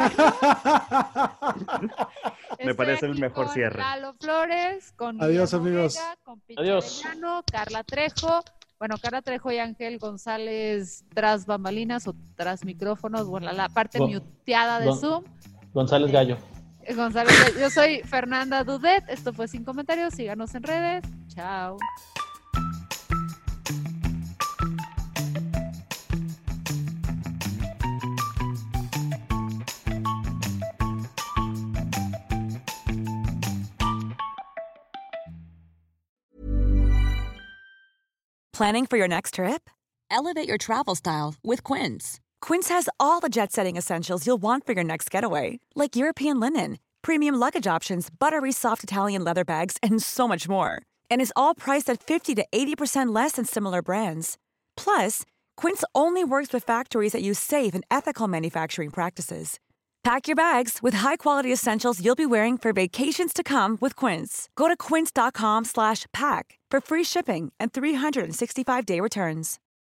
Me Estoy parece el aquí mejor con cierre. Lalo Flores, con Adiós, Guillermo amigos. Vega, con Pichi Adiós. Arellano, Carla Trejo. Bueno, Carla Trejo y Ángel González tras bambalinas o tras micrófonos, bueno, la parte Gon- muteada de Gon- Zoom. González Gallo. Eh, González, yo soy Fernanda Dudet. Esto fue Sin Comentarios. Síganos en redes. Chao. Planning for your next trip? Elevate your travel style with Quince. Quince has all the jet-setting essentials you'll want for your next getaway, like European linen, premium luggage options, buttery soft Italian leather bags, and so much more. And is all priced at fifty to eighty percent less than similar brands. Plus, Quince only works with factories that use safe and ethical manufacturing practices. Pack your bags with high-quality essentials you'll be wearing for vacations to come with Quince. Go to quince.com slash pack for free shipping and three sixty-five day returns.